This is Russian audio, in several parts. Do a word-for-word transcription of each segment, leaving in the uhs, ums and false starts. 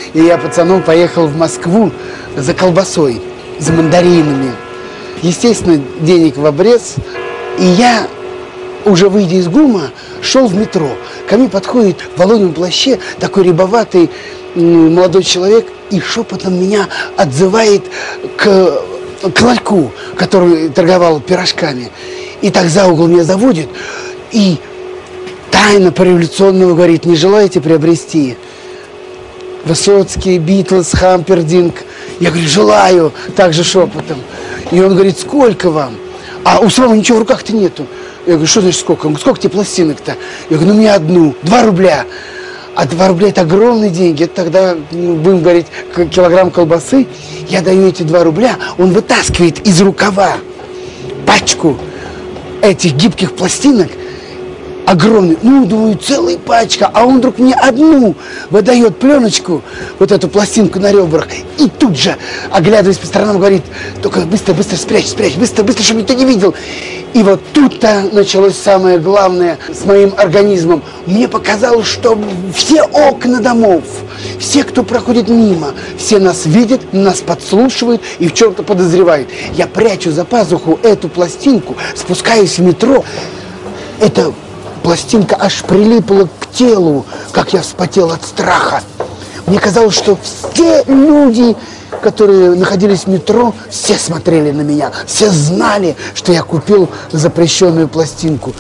И я пацаном поехал в Москву за колбасой, за мандаринами. Естественно, денег в обрез. И я, уже выйдя из ГУМа, шел в метро. Ко мне подходит в воловьем плаще такой рябоватый молодой человек и шепотом меня отзывает к, к ларьку, который торговал пирожками. И так за угол меня заводит и тайно по-революционному говорит: не желаете приобрести Высоцкий, Битлз, Хампердинг? Я говорю: желаю, также шепотом. И он говорит: сколько вам? А у самого ничего в руках-то нету. Я говорю: что значит сколько? Он говорит: сколько тебе пластинок-то? Я говорю: ну мне одну, два рубля. А два рубля это огромные деньги. Это тогда, ну, будем говорить, килограмм колбасы. Я даю эти два рубля, он вытаскивает из рукава пачку этих гибких пластинок, огромный, ну, думаю, целая пачка, а он вдруг мне одну выдает пленочку, вот эту пластинку на ребрах, и тут же, оглядываясь по сторонам, говорит: только быстро, быстро спрячь, спрячь, быстро, быстро, чтобы никто не видел. И вот тут-то началось самое главное с моим организмом. Мне показалось, что все окна домов, все, кто проходит мимо, все нас видят, нас подслушивают и в чем-то подозревают. Я прячу за пазуху эту пластинку, спускаюсь в метро. Эта пластинка аж прилипла к телу, как я вспотел от страха. Мне казалось, что все люди, которые находились в метро, все смотрели на меня, все знали, что я купил запрещенную пластинку.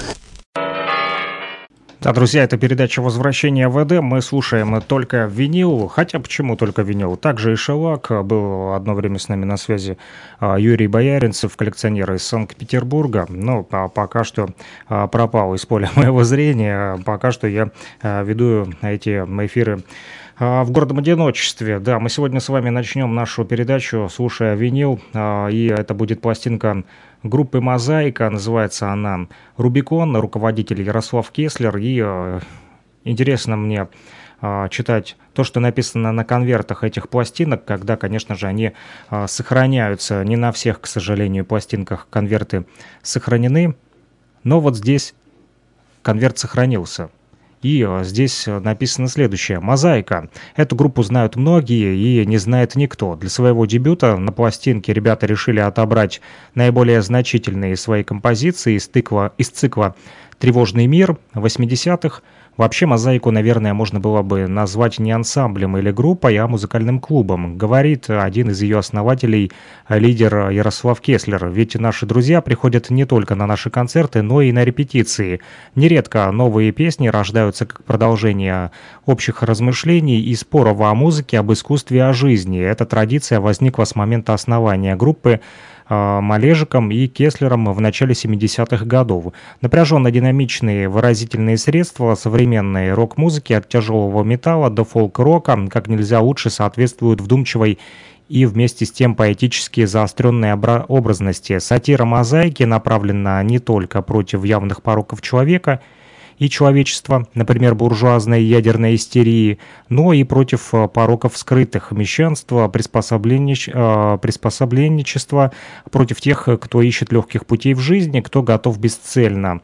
Да, друзья, это передача «Возвращение в Эдем». Мы слушаем только винил, хотя почему только винил? Также и шелак. Был одно время с нами на связи Юрий Бояринцев, коллекционер из Санкт-Петербурга. Но пока что пропал из поля моего зрения. Пока что я веду эти эфиры в гордом одиночестве. Да, мы сегодня с вами начнем нашу передачу, слушая винил, и это будет пластинка группы «Мозаика», называется она «Рубикон», руководитель Ярослав Кеслер, и э, интересно мне э, читать то, что написано на конвертах этих пластинок, когда, конечно же, они э, сохраняются. Не на всех, к сожалению, пластинках конверты сохранены, но вот здесь конверт сохранился. И здесь написано следующее. «Мозаика». Эту группу знают многие и не знает никто. Для своего дебюта на пластинке ребята решили отобрать наиболее значительные свои композиции из, тыква, из цикла «Тревожный мир» восьмидесятых. Вообще «Мозаику», наверное, можно было бы назвать не ансамблем или группой, а музыкальным клубом, говорит один из ее основателей, лидер Ярослав Кеслер. Ведь наши друзья приходят не только на наши концерты, но и на репетиции. Нередко новые песни рождаются как продолжение общих размышлений и споров о музыке, об искусстве, о жизни. Эта традиция возникла с момента основания группы Малежиком и Кеслером в начале семидесятых годов. Напряженно-динамичные выразительные средства современной рок-музыки от тяжелого металла до фолк-рока как нельзя лучше соответствуют вдумчивой и вместе с тем поэтически заостренной образности. Сатира «Мозаики» направлена не только против явных пороков человека и человечества, например, буржуазной ядерной истерии, но и против пороков скрытых, мещанства, приспособленнич... приспособленничества, против тех, кто ищет легких путей в жизни, кто готов бесцельно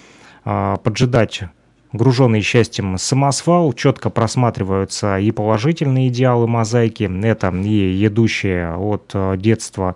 поджидать груженный счастьем самосвал. Четко просматриваются и положительные идеалы «Мозаики», это и идущие от детства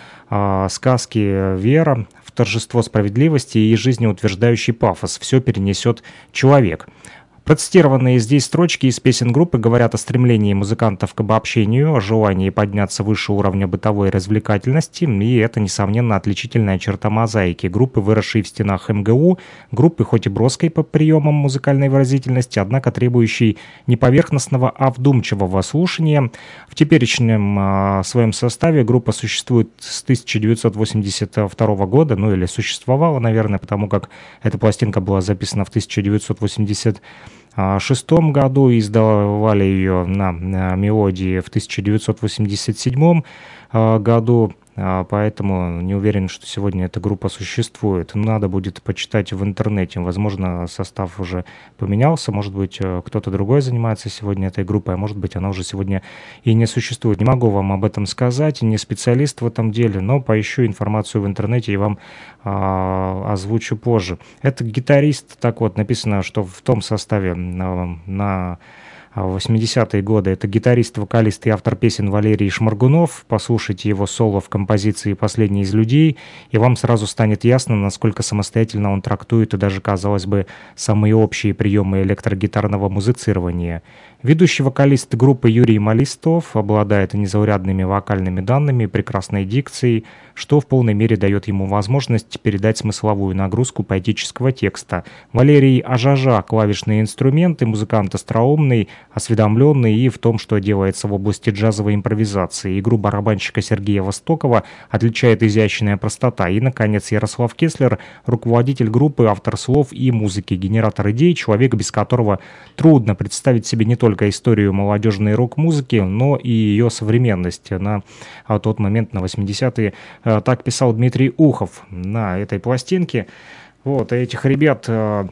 сказки «Вера», торжество справедливости и жизнеутверждающий пафос. Все перенесет человек. Процитированные здесь строчки из песен группы говорят о стремлении музыкантов к обобщению, о желании подняться выше уровня бытовой развлекательности, и это, несомненно, отличительная черта «Мозаики», группы, выросшей в стенах эм гэ у, группы хоть и броской по приемам музыкальной выразительности, однако требующей не поверхностного, а вдумчивого слушания. В теперешнем э, своем составе группа существует с тысяча девятьсот восемьдесят второго года, ну или существовала, наверное, потому как эта пластинка была записана в тысяча девятьсот восемьдесят шестом году, и издавали ее на, на мелодии в тысяча девятьсот восемьдесят седьмом году, поэтому не уверен, что сегодня эта группа существует. Надо будет почитать в интернете. Возможно, состав уже поменялся, может быть, кто-то другой занимается сегодня этой группой, а может быть, она уже сегодня и не существует. Не могу вам об этом сказать, не специалист в этом деле, но поищу информацию в интернете и вам а, озвучу позже. Это гитарист, так вот, написано, что в том составе на... на в восьмидесятые годы. Это гитарист, вокалист и автор песен Валерий Шморгунов. Послушайте его соло в композиции «Последний из людей», и вам сразу станет ясно, насколько самостоятельно он трактует и даже, казалось бы, самые общие приемы электрогитарного музицирования. Ведущий вокалист группы Юрий Малистов обладает незаурядными вокальными данными, прекрасной дикцией, что в полной мере дает ему возможность передать смысловую нагрузку поэтического текста. Валерий Ажажа — клавишные инструменты, музыкант остроумный, осведомленный и в том, что делается в области джазовой импровизации. Игру барабанщика Сергея Востокова отличает изящная простота. И, наконец, Ярослав Кеслер — руководитель группы, автор слов и музыки, генератор идей, человек, без которого трудно представить себе не только историю молодежной рок-музыки, но и ее современность. На тот момент, на восьмидесятые, так писал Дмитрий Ухов на этой пластинке. Вот, этих ребят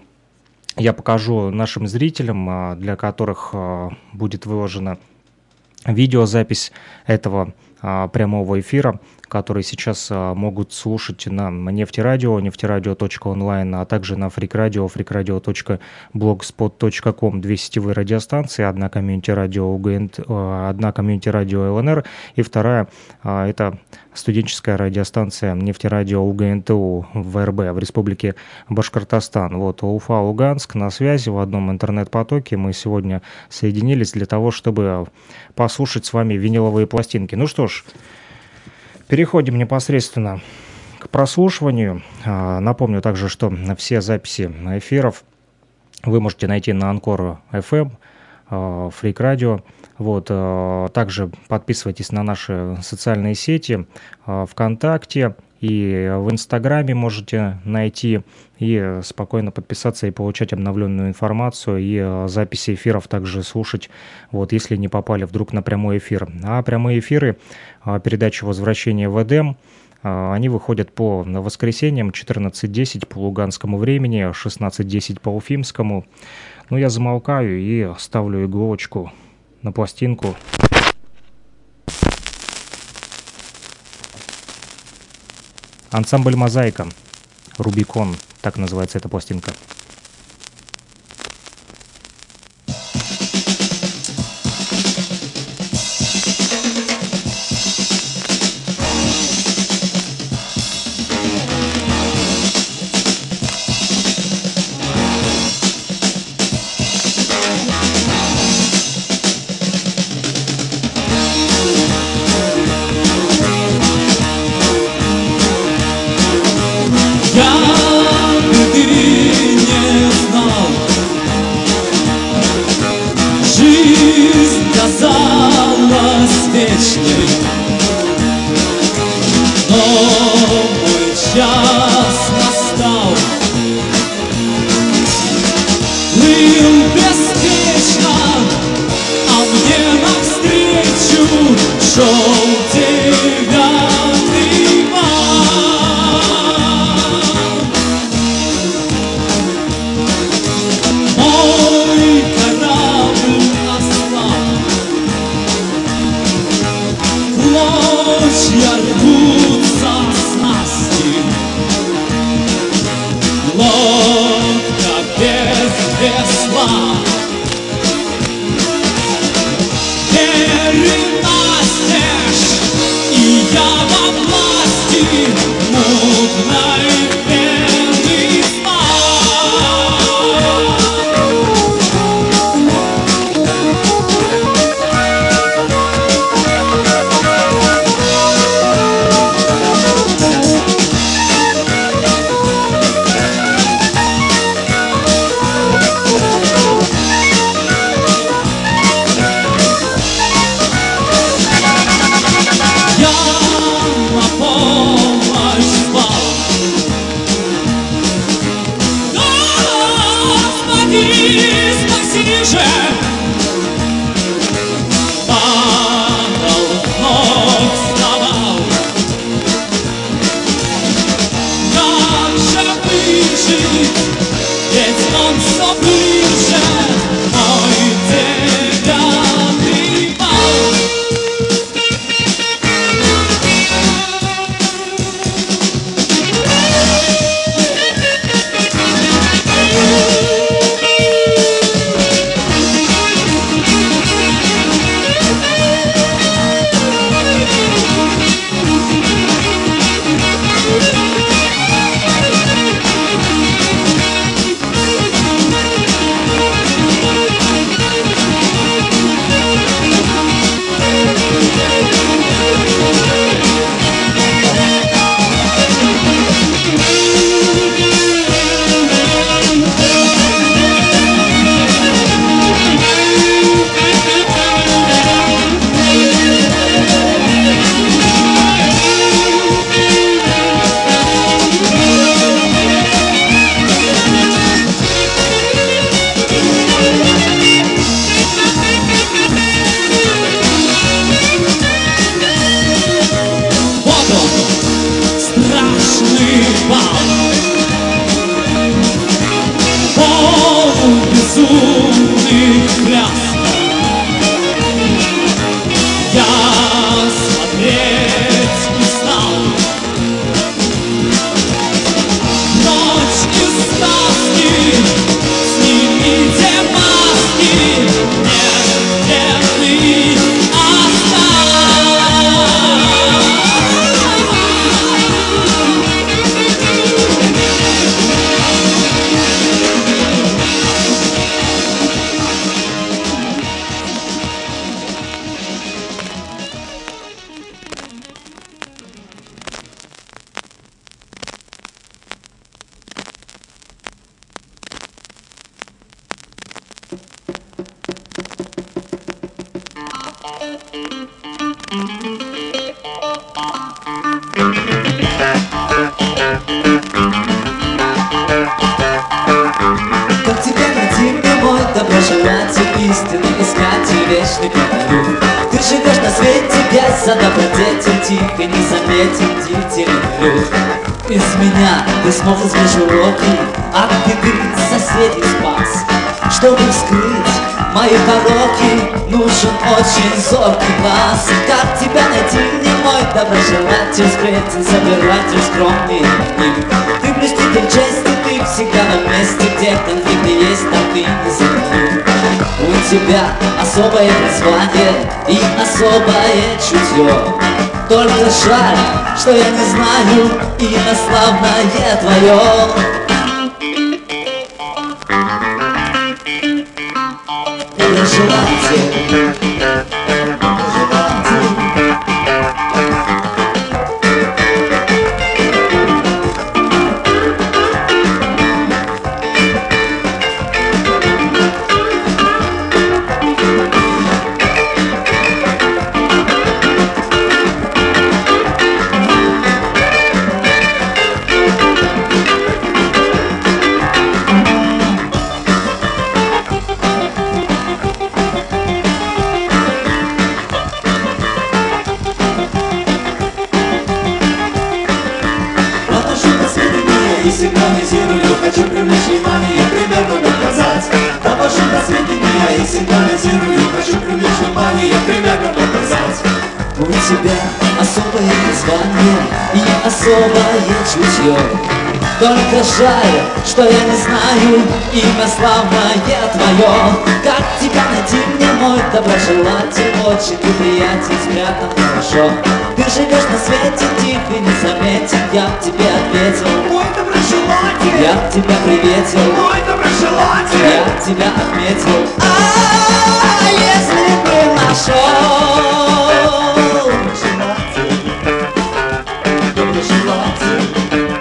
я покажу нашим зрителям, для которых будет выложена видеозапись этого прямого эфира, которые сейчас могут слушать на Нефтерадио, нефтерадио точка онлайн, а также на фрикрадио, фрикрадио точка блогспот точка ком, две сетевые радиостанции, одна комьюнити-радио УГНТ, одна комьюнити-радио ЛНР, и вторая — это студенческая радиостанция Нефтерадио УГНТУ в РБ, в Республике Башкортостан. Вот, Уфа, Луганск на связи в одном интернет-потоке. Мы сегодня соединились для того, чтобы послушать с вами виниловые пластинки. Ну что ж, переходим непосредственно к прослушиванию. Напомню также, что все записи эфиров вы можете найти на Анкор эф эм, Фрик Радио. Вот, также подписывайтесь на наши социальные сети, ВКонтакте и в Инстаграме можете найти и спокойно подписаться и получать обновленную информацию, и записи эфиров также слушать, вот, если не попали вдруг на прямой эфир. А прямые эфиры передачи «Возвращение в Эдем», они выходят по воскресеньям четырнадцать десять по луганскому времени, шестнадцать десять по уфимскому. Ну, я замолкаю и ставлю иголочку на пластинку. Ансамбль «Мозаика», «Рубикон», так называется эта пластинка. Переносишь Как тебя найти, мне мой доброжелатель, истинный искатель, вечный петербург. Ты живешь на свете без за добродетель, тихо, незаметен, длительный люд. Из меня ты смог извлечь уроки, от беды соседей спас. Чтобы вскрыть мои пороки, нужен очень зоркий глаз. Как тебя найти, мне мой доброжелатель, скрытый собиратель, скромный дневник. Ты блюститель чести, ты всегда на месте, где конфликты есть, там ты не заменил. У тебя особое призвание и особое чутье. Только жаль, что я не знаю имя славное твое. Доброжелатель, доброжелатель. Сигнализирую, хочу привлечь внимание, примерно доказать. Довожу до сведения и сигнализирую, хочу привлечь внимание, примерно доказать. У тебя особое призвание и особое чутье. Только жаль, что я не знаю имя славное твое. Как тебя найти, мне мой доброжелатель, очень ты приятен, спрятан хорошо. Ты живешь на свете тихо и незаметен, я б тебе ответил, мой доброжелатель. Я б тебя приветил, мой доброжелатель. Я б тебя отметил, а если бы нашел. Доброжелатель, доброжелатель.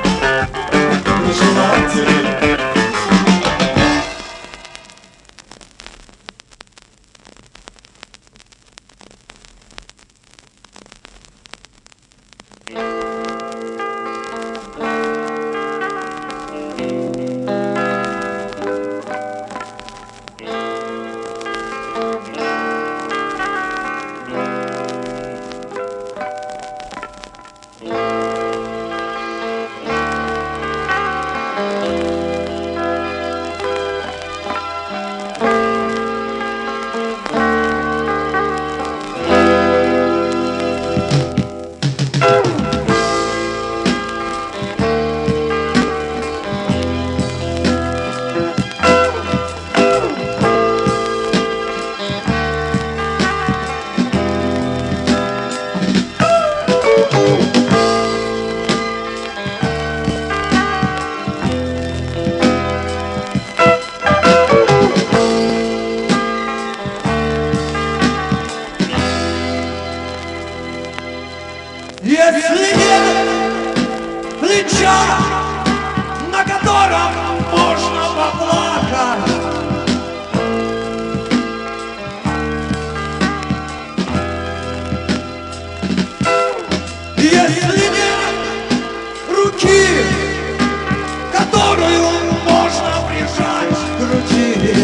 Если нет плеча, на котором можно поплакать, если нет руки, которую можно прижать к груди,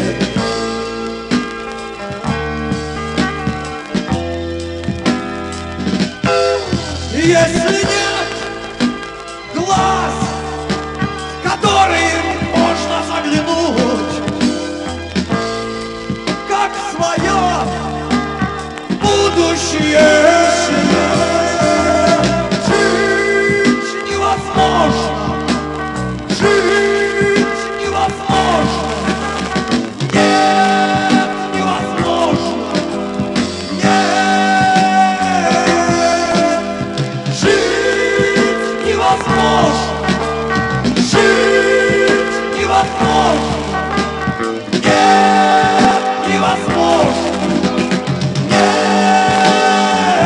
если нет глаз, в которые можно заглянуть, как в свое будущее, жить невозможно, жить невозможно, нет, невозможно, нет. Жить невозможно, жить невозможно, нет, невозможно, нет.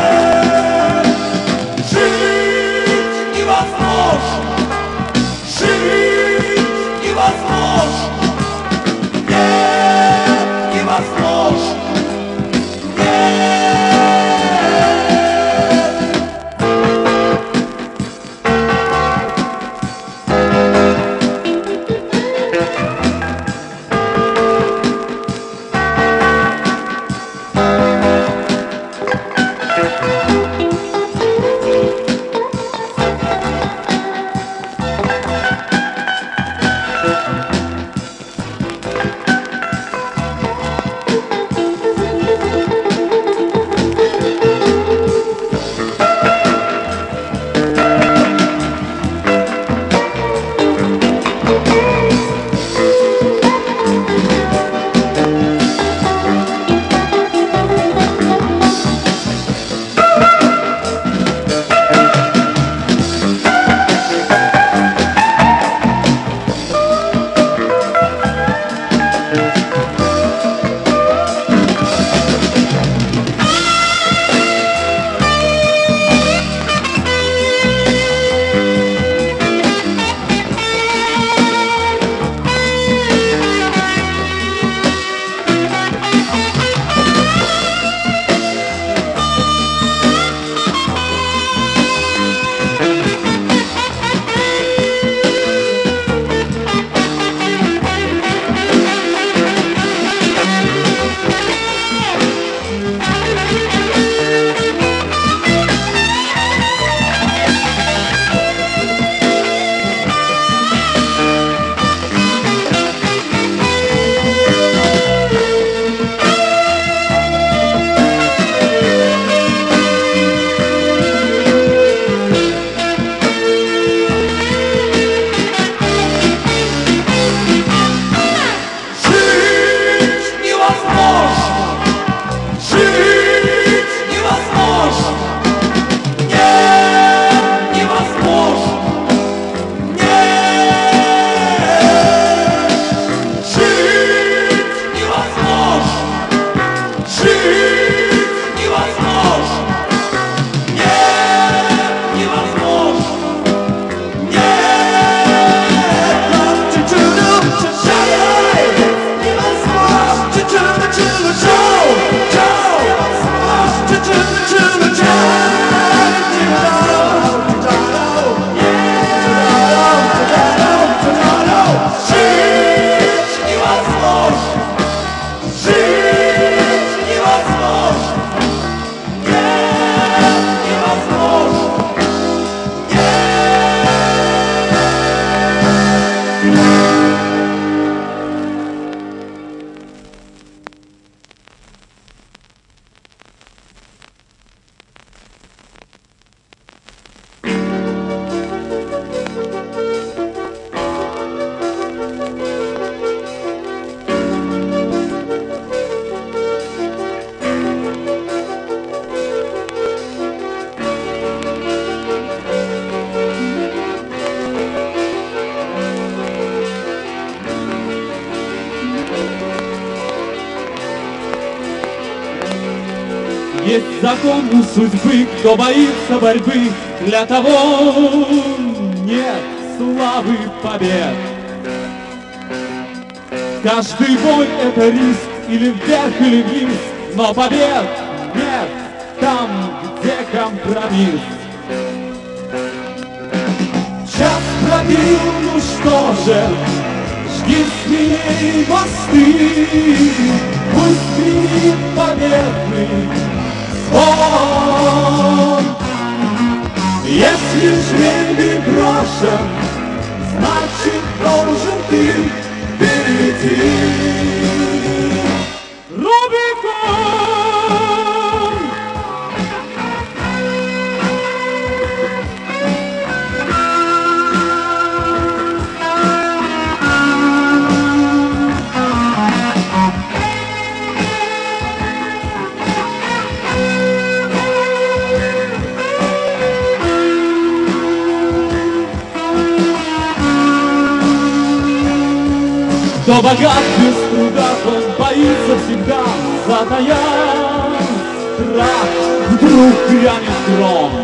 Есть закон у судьбы, кто боится борьбы, для того нет славы побед. Каждый бой — это риск, или вверх, или вниз, но побед нет там, где компромисс. Час пробил, ну что же, жги смелей мосты, пусть гремит победный звон. Если жребий брошен, значит должен ты перейти Рубикон. Кто богат без труда, он боится всегда, затая страх, вдруг грянет гром.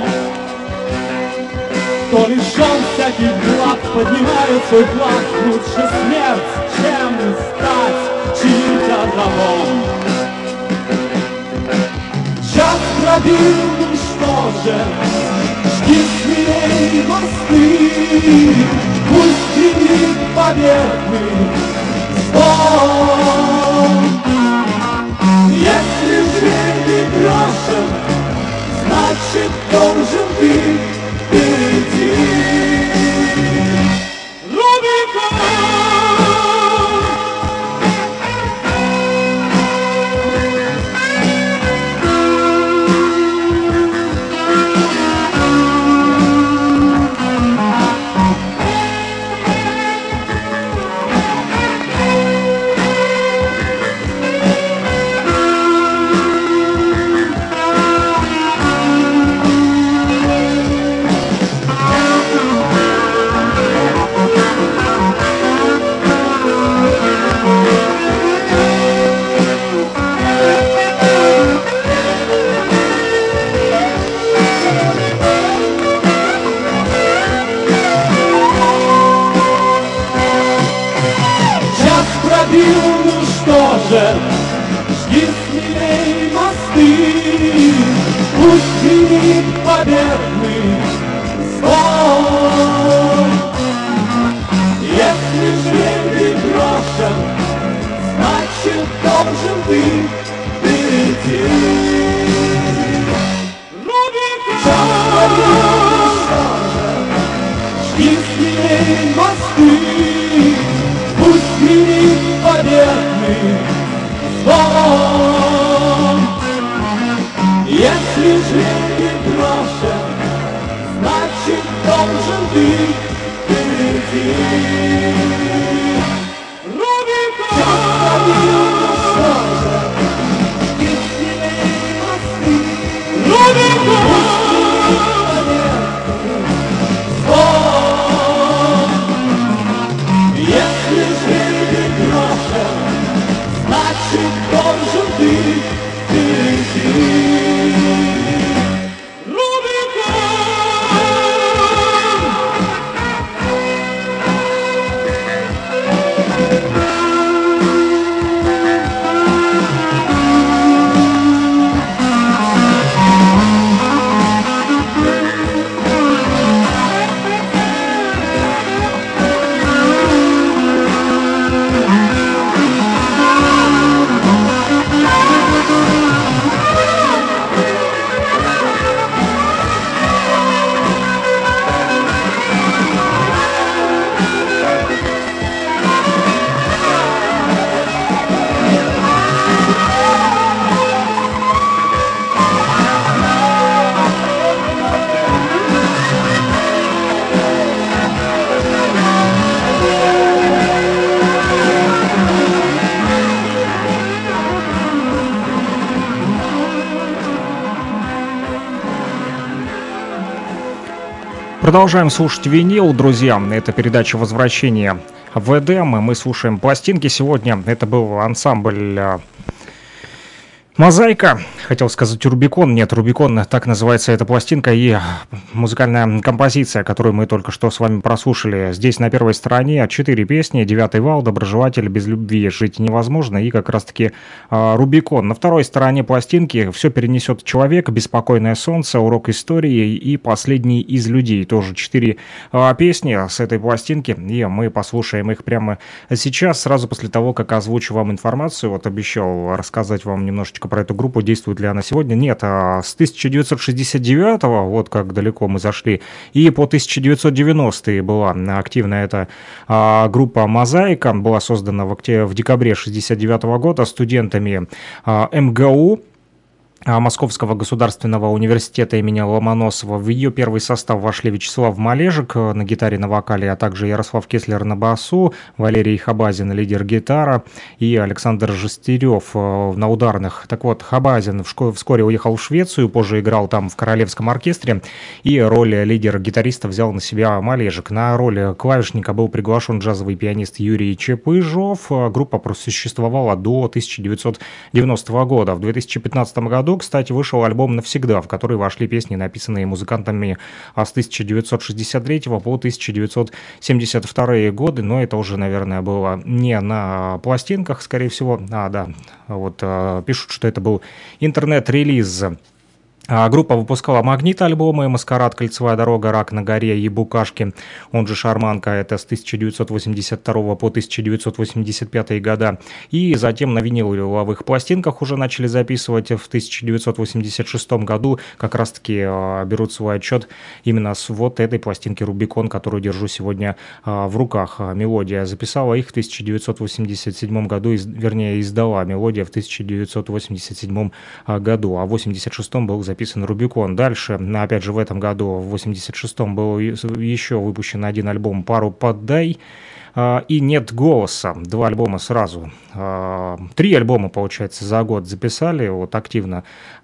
Кто лишен всяких благ, поднимает свой флаг, лучше смерть, чем стать чьим-то рабом. Час пробил, ну что же, жги смелей мосты, пусть гремит победный звон. Если жребий брошен, значит должен ты перейти Рубикон. Жги смелей мосты, пусть гремит победный звон. Если жребий брошен, значит должен ты перейти Рубикон. Жги смелей мосты, пусть гремит победный звон. Если жребий брошен, значит должен ты перейти Рубикон. Рубикон. Если жребий брошен, значит должен ты перейти Рубикон. Продолжаем слушать винил, друзья. Это передача «Возвращение в Эдем». Мы слушаем пластинки сегодня. Это был ансамбль Мозаика, хотел сказать Рубикон, нет, Рубикон, так называется эта пластинка и музыкальная композиция, которую мы только что с вами прослушали. Здесь на первой стороне четыре песни: «Девятый вал», «Доброжелатель», «Без любви жить невозможно» и как раз-таки э, Рубикон. На второй стороне пластинки «Все перенесет человек», «Беспокойное солнце», «Урок истории» и «Последний из людей». Тоже четыре э, песни с этой пластинки, и мы послушаем их прямо сейчас, сразу после того, как озвучу вам информацию. Вот обещал рассказать вам немножечко про эту группу, действует ли она сегодня. Нет, а с тысяча девятьсот шестьдесят девятого, вот как далеко мы зашли, и по тысяча девятьсот девяностые была активна эта а, группа «Мозаика», была создана в, октябре, в декабре шестьдесят девятого года студентами а, эм гэ у, Московского государственного университета имени Ломоносова. В ее первый состав вошли Вячеслав Малежик на гитаре, на вокале, а также Ярослав Кеслер на басу, Валерий Хабазин, лидер гитара, и Александр Жестерев на ударных. Так вот, Хабазин вскоре уехал в Швецию, позже играл там в Королевском оркестре, и роль лидера-гитариста взял на себя Малежик. На роль клавишника был приглашен джазовый пианист Юрий Чепыжов. Группа просуществовала до тысяча девятьсот девяностого года. В две тысячи пятнадцатом году, кстати, вышел альбом «Навсегда», в который вошли песни, написанные музыкантами с тысяча девятьсот шестьдесят третьего по тысяча девятьсот семьдесят вторые годы, но это уже, наверное, было не на пластинках, скорее всего, а, да, вот пишут, что это был интернет-релиз. Группа выпускала магнит-альбомы «Маскарад», «Кольцевая дорога», «Рак на горе» и «Букашки», он же «Шарманка», это с тысяча девятьсот восемьдесят второго по тысяча девятьсот восемьдесят пятые года. И затем на виниловых пластинках уже начали записывать. В тысяча девятьсот восемьдесят шестом году как раз-таки берут свой отчет именно с вот этой пластинки «Рубикон», которую держу сегодня в руках. «Мелодия» записала их в тысяча девятьсот восемьдесят седьмом году, вернее, издала «Мелодия» в тысяча девятьсот восемьдесят седьмом году, а в восемьдесят шестом был записан записан «Рубикон». Дальше, опять же, в этом году, в восемьдесят шестом, был еще выпущен один альбом «Пару поддай» и «Нет голоса». Два альбома сразу. Три альбома, получается, за год записали, вот активно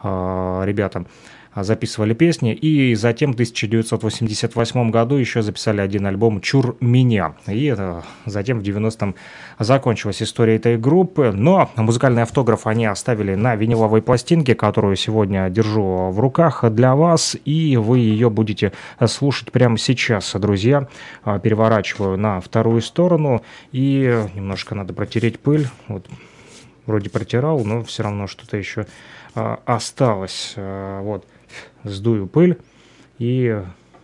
ребята записывали песни, и затем в тысяча девятьсот восемьдесят восьмом году еще записали один альбом «Чур меня», и это затем в девяностом закончилась история этой группы, но музыкальный автограф они оставили на виниловой пластинке, которую сегодня держу в руках для вас, и вы ее будете слушать прямо сейчас, друзья. Переворачиваю на вторую сторону, и немножко надо протереть пыль, вот, вроде протирал, но все равно что-то еще осталось, вот. Сдую пыль и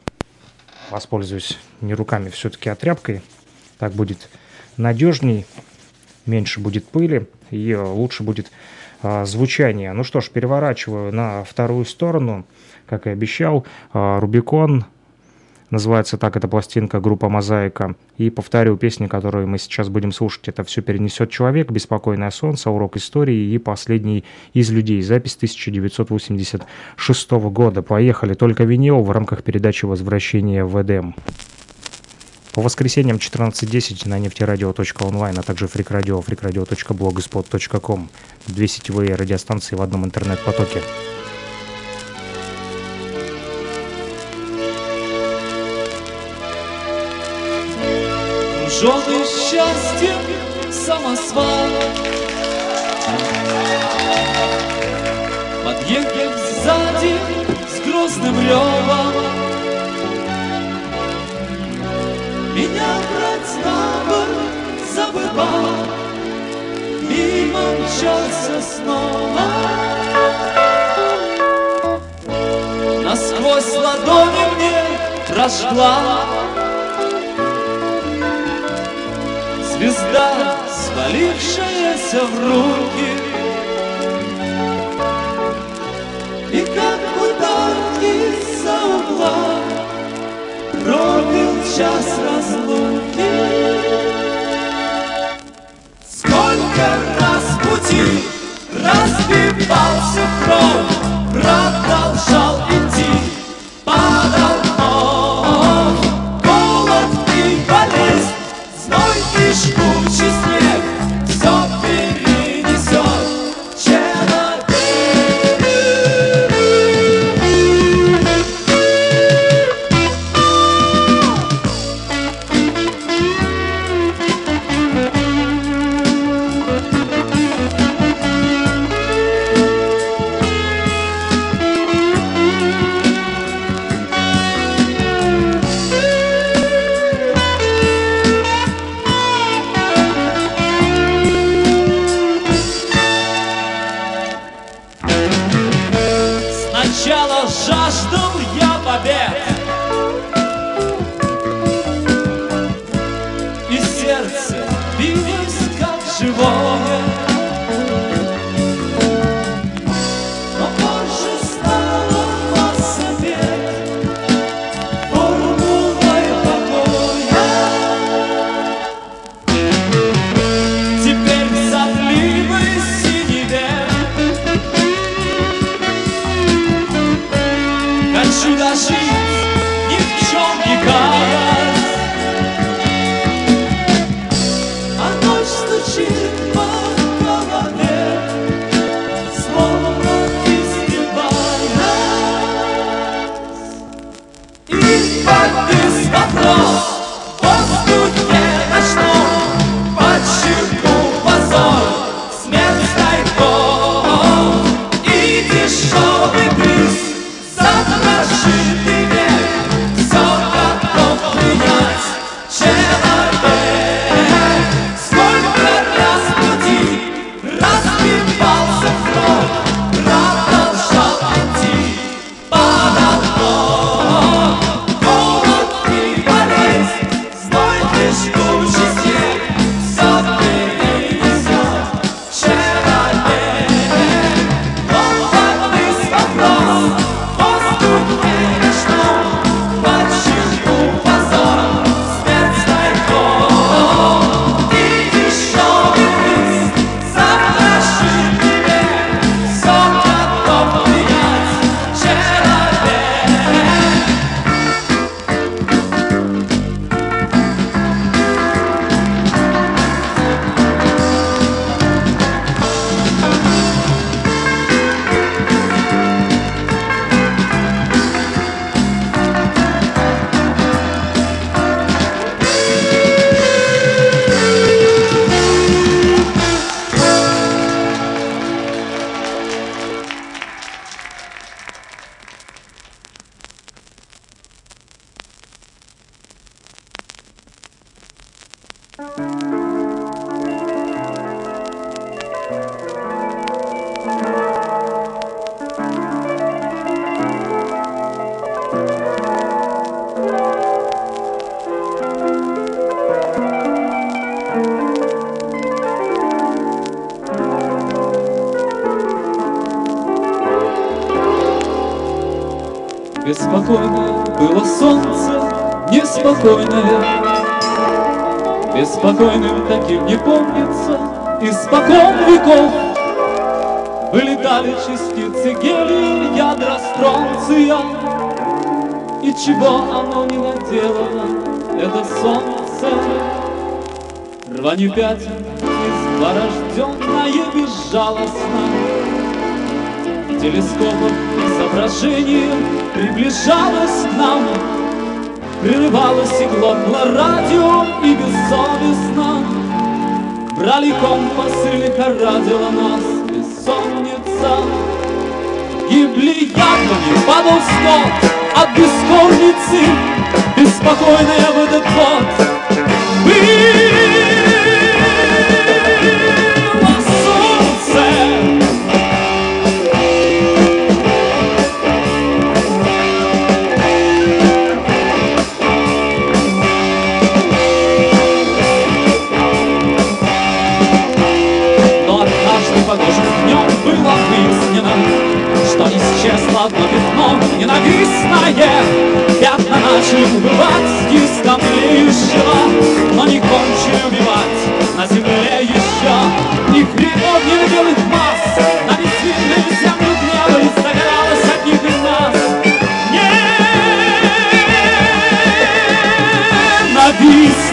воспользуюсь не руками, все-таки а тряпкой. Так будет надежней, меньше будет пыли и лучше будет а, звучание. Ну что ж, переворачиваю на вторую сторону, как и обещал. а, «Рубикон». Называется так эта пластинка, группа «Мозаика». И повторю, песни, которые мы сейчас будем слушать, это «Все перенесет человек», «Беспокойное солнце», «Урок истории» и «Последний из людей». Запись тысяча девятьсот восемьдесят шестого года. Поехали, только винил в рамках передачи «Возвращение в Эдем». По воскресеньям четырнадцать десять на нефтерадио точка онлайн, а также фрикрадио, фрикрадио точка блогспот точка ком. Две сетевые радиостанции в одном интернет-потоке. Желтый счастьем самосвал, подъехав сзади с грозным ревом, меня брать на борт забывал и мчался снова. Насквозь ладони мне прожгла звезда, свалившаяся в руки, и как удар из-за угла пробил час разлуки. Сколько раз пути разбивался кровь, продолжал идти, падал ног, голод и болезнь, зной и жгучий снег, все перенесет человек. Сначала жаждал я побед, и сердце билось как живое, но позже стало масса бед формулой покоя. Теперь в сопливой синеве хочу дожить, ни в чем не каясь. А ночь стучит по голове, словно издеваясь. И повис вопрос в воздухе ночном, почему позор, смерть тайком и дешевый приз за прожитый век. Все готов принять человек. Сколько раз пути разбивался кровь, продолжал идти подолгом. Голод и болезнь, зной и жгучий снег, все перенесет человек. Он повис вопрос в воздухе ночном, почему позор, смерть тайком и дешевый приз за прожитый век. Все готов принять человек. Беспокойное было солнце, неспокойное, беспокойным таким не помнится испокон веков. Вылетали частицы гелия, ядра стронция, и чего оно не наделало, это солнце. Рванью пятен изборожденное безжалостно, телескопов изображение приближалось к нам, прерывалось и глохло радио, и бессовестно брали компас и лихорадила нас бессонница. Гибли яблони, падал скот от бескорницы, беспокойная в этот год было солнце. Погожим днем было выяснено, что исчезло одно пятно ненавистное. Пятна начали убывать из камлеющего, но не кончили убивать на земле еще. Их огненно белых масс на бессильную землю гнева и загоралось от них из нас ненависть.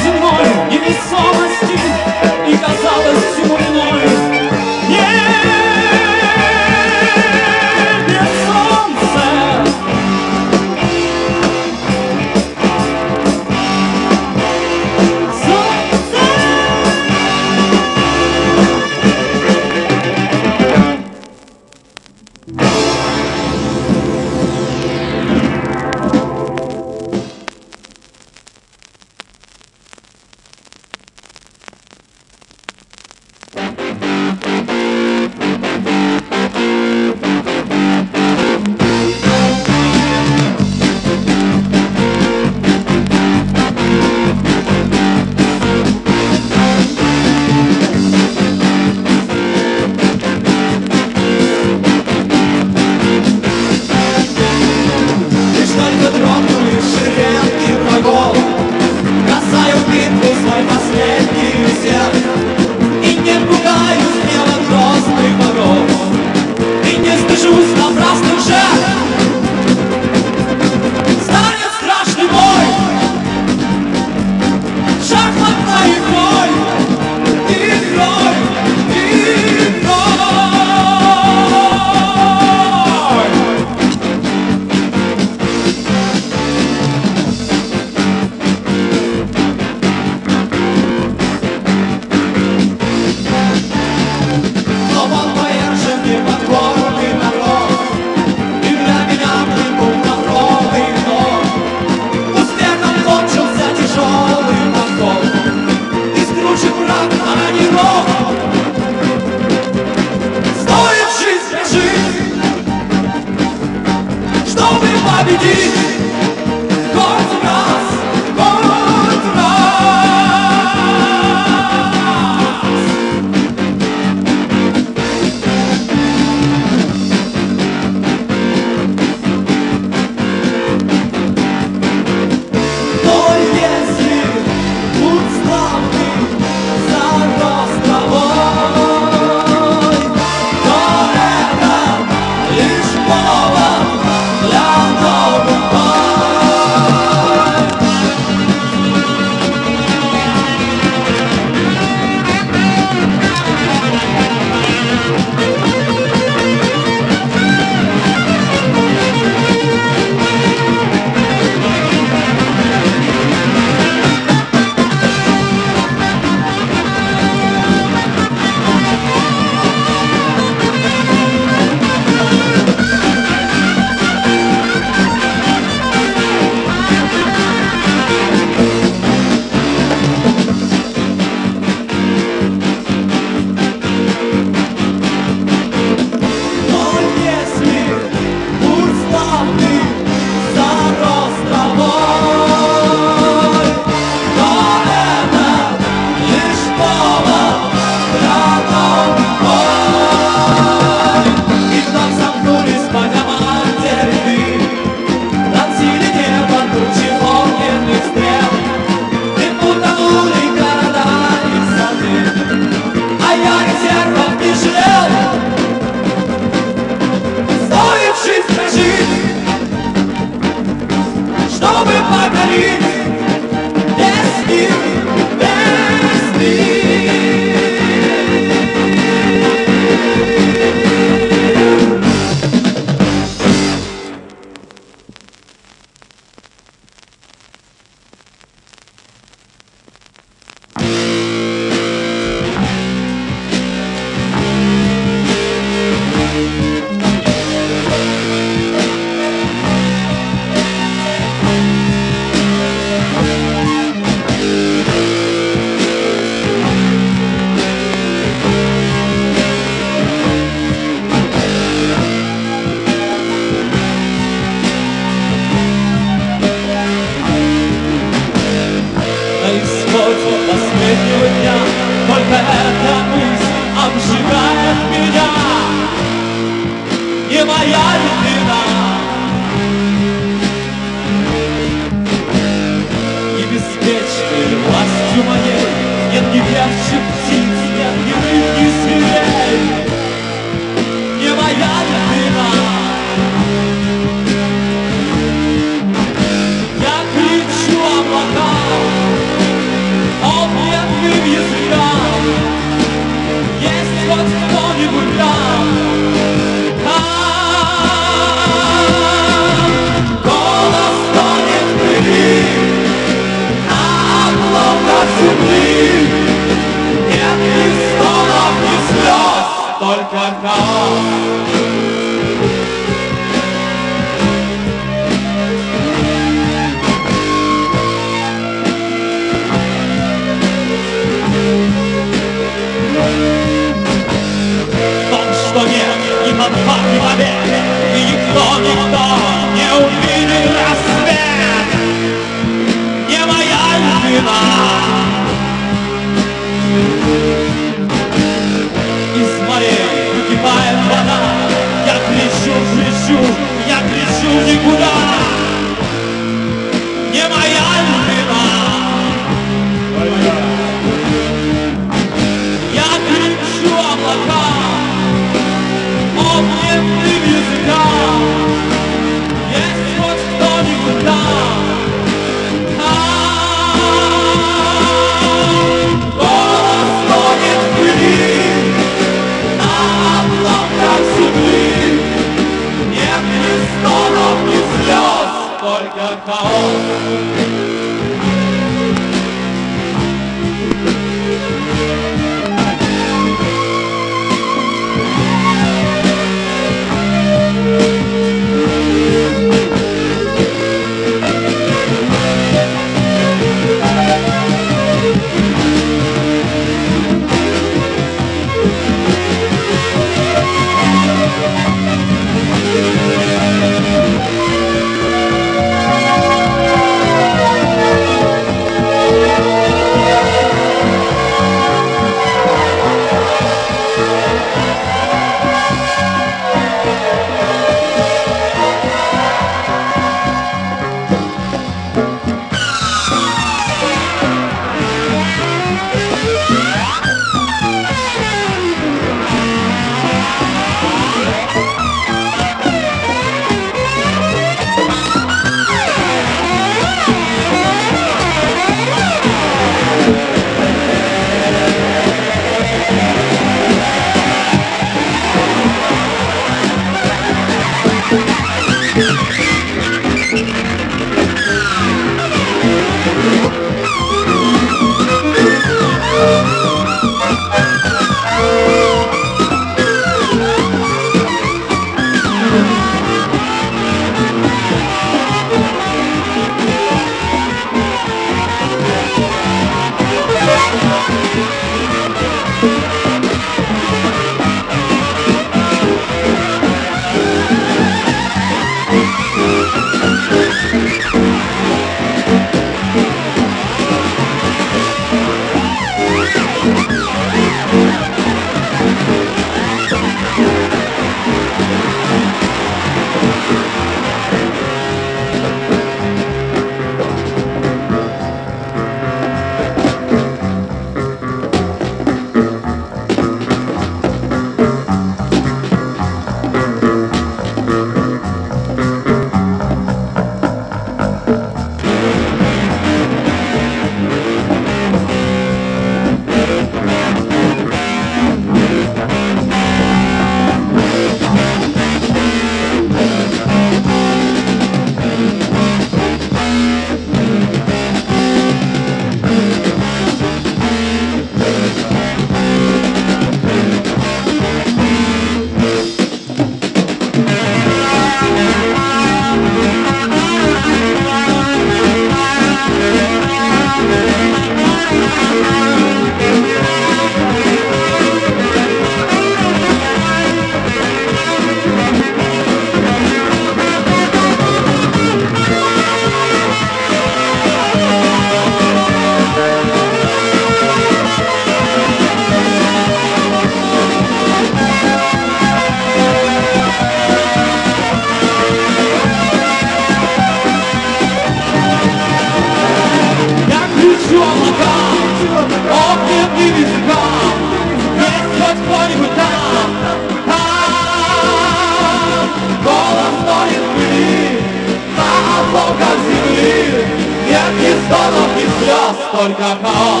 стонов и слез, только хаос.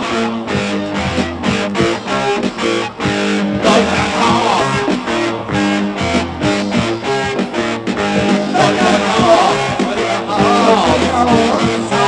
Только хаос. Только хаос. Только хаос.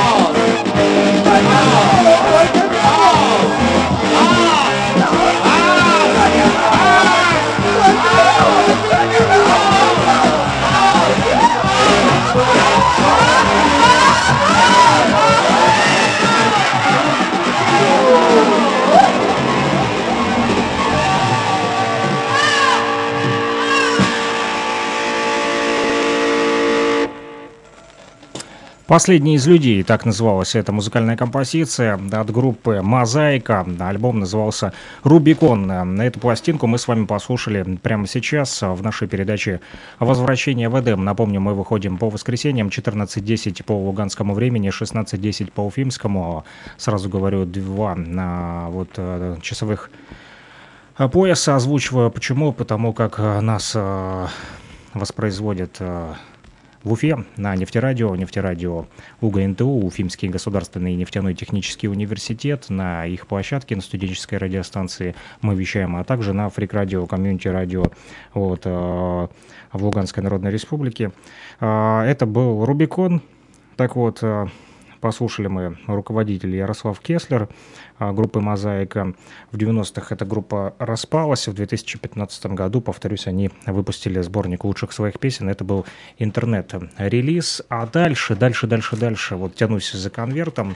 «Последний из людей», так называлась эта музыкальная композиция от группы «Мозаика». Альбом назывался «Рубикон». На эту пластинку мы с вами послушали прямо сейчас в нашей передаче «Возвращение в Эдем». Напомню, мы выходим по воскресеньям четырнадцать десять по луганскому времени, шестнадцать десять по уфимскому. Сразу говорю, два на вот часовых пояса озвучиваю. Почему? Потому как нас воспроизводят в Уфе на нефтерадио, нефтерадио УГНТУ, Уфимский государственный нефтяной технический университет, на их площадке, на студенческой радиостанции мы вещаем, а также на фрик-радио, комьюнити-радио вот, э, в Луганской Народной Республике. Э, это был «Рубикон». Так вот, э, послушали мы руководителя Ярослав Кеслер группы «Мозаика». В девяностых эта группа распалась. В две тысячи пятнадцатом году, повторюсь, они выпустили сборник лучших своих песен. Это был интернет-релиз. А дальше, дальше, дальше, дальше, вот тянусь за конвертом.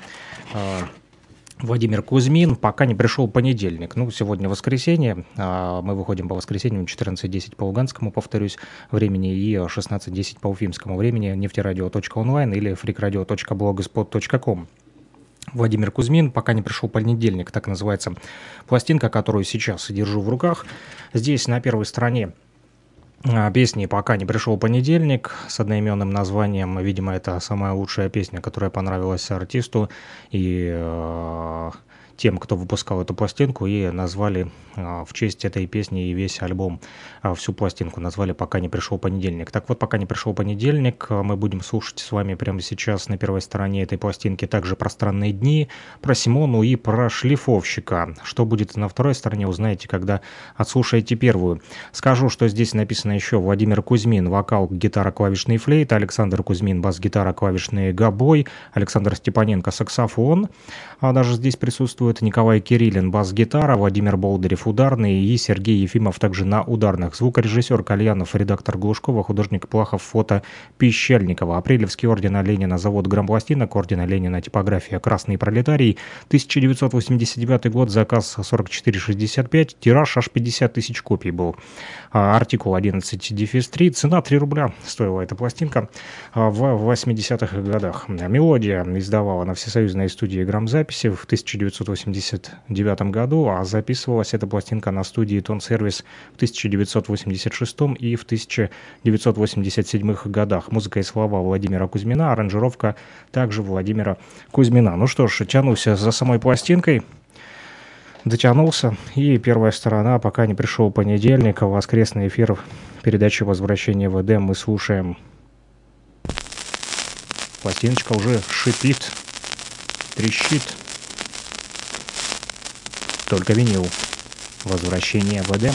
Владимир Кузьмин, пока не пришел понедельник. Ну, сегодня воскресенье. Мы выходим по воскресеньям четырнадцать десять по луганскому, повторюсь, времени, и шестнадцать десять по уфимскому времени. нефтерадио точка онлайн или фрикрадио точка блогспот точка ком. Владимир Кузьмин, пока не пришел понедельник, так называется пластинка, которую сейчас держу в руках. Здесь на первой стороне песни «Пока не пришел понедельник» с одноименным названием. Видимо, это самая лучшая песня, которая понравилась артисту и э, тем, кто выпускал эту пластинку, и назвали э, в честь этой песни и весь альбом, э, всю пластинку назвали «Пока не пришел понедельник». Так вот, «Пока не пришел понедельник» мы будем слушать с вами прямо сейчас на первой стороне этой пластинки также про странные дни, про Симону и про шлифовщика. Что будет на второй стороне, узнаете, когда отслушаете первую. Скажу, что здесь написано еще Владимир Кузьмин, вокал, гитара, клавишные флейты, Александр Кузьмин, бас-гитара, клавишные гобой, Александр Степаненко, саксофон, а даже здесь присутствует Николай Кириллин, бас-гитара, Владимир Болдырев, ударный, и Сергей Ефимов также на ударных. Звукорежиссер Кальянов, редактор Глушкова, художник Плахов, фото Пищальникова. Апрелевский орден Ленина, завод грампластинок, ордена Ленина, типография «Красный пролетарий», тысяча девятьсот восемьдесят девятый год, заказ сорок четыре шестьдесят пять, тираж аж пятьдесят тысяч копий был. Артикул одиннадцать дефис три, цена три рубля стоила эта пластинка в восьмидесятых годах. Мелодия издавала на всесоюзной студии грамзаписи в тысяча девятьсот восемьдесят девятом году, а записывалась эта пластинка на студии Тон-сервис в тысяча девятьсот восемьдесят шестом и в тысяча девятьсот восемьдесят седьмом годах. Музыка и слова Владимира Кузьмина, аранжировка также Владимира Кузьмина. Ну что ж, тянусь за самой пластинкой. Дотянулся, и первая сторона, пока не пришел понедельник, воскресный эфир передачи «Возвращение в Эдем» мы слушаем. Пластиночка уже шипит, трещит. Только винил. «Возвращение в Эдем».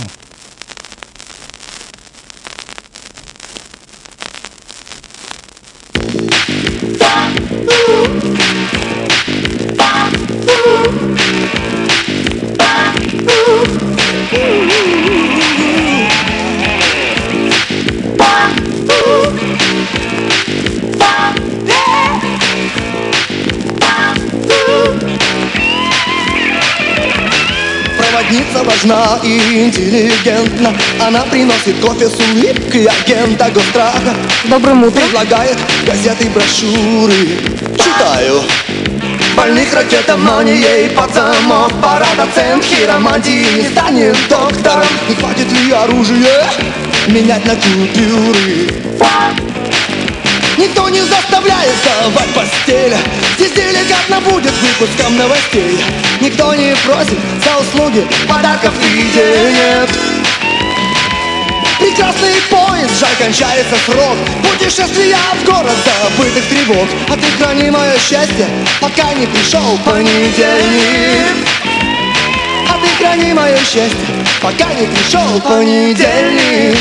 Проводница важна и интеллигентна. Она приносит кофе с улыбкой агента госстраха. Добрым утром. Предлагает газеты и брошюры. Читаю. Больных ракетом, но не ей под замок. Пора доцент хиромантии не станет доктором. Не хватит ли оружия менять на купюры? Никто не заставляет сдавать постель. Здесь деликатно будет выпуском новостей. Никто не просит за услуги подарков и денег. Прекрасный поезд, жаль, кончается срок путешествия в город забытых тревог. А ты храни мое счастье, пока не пришел понедельник. А ты храни мое счастье, пока не пришел понедельник.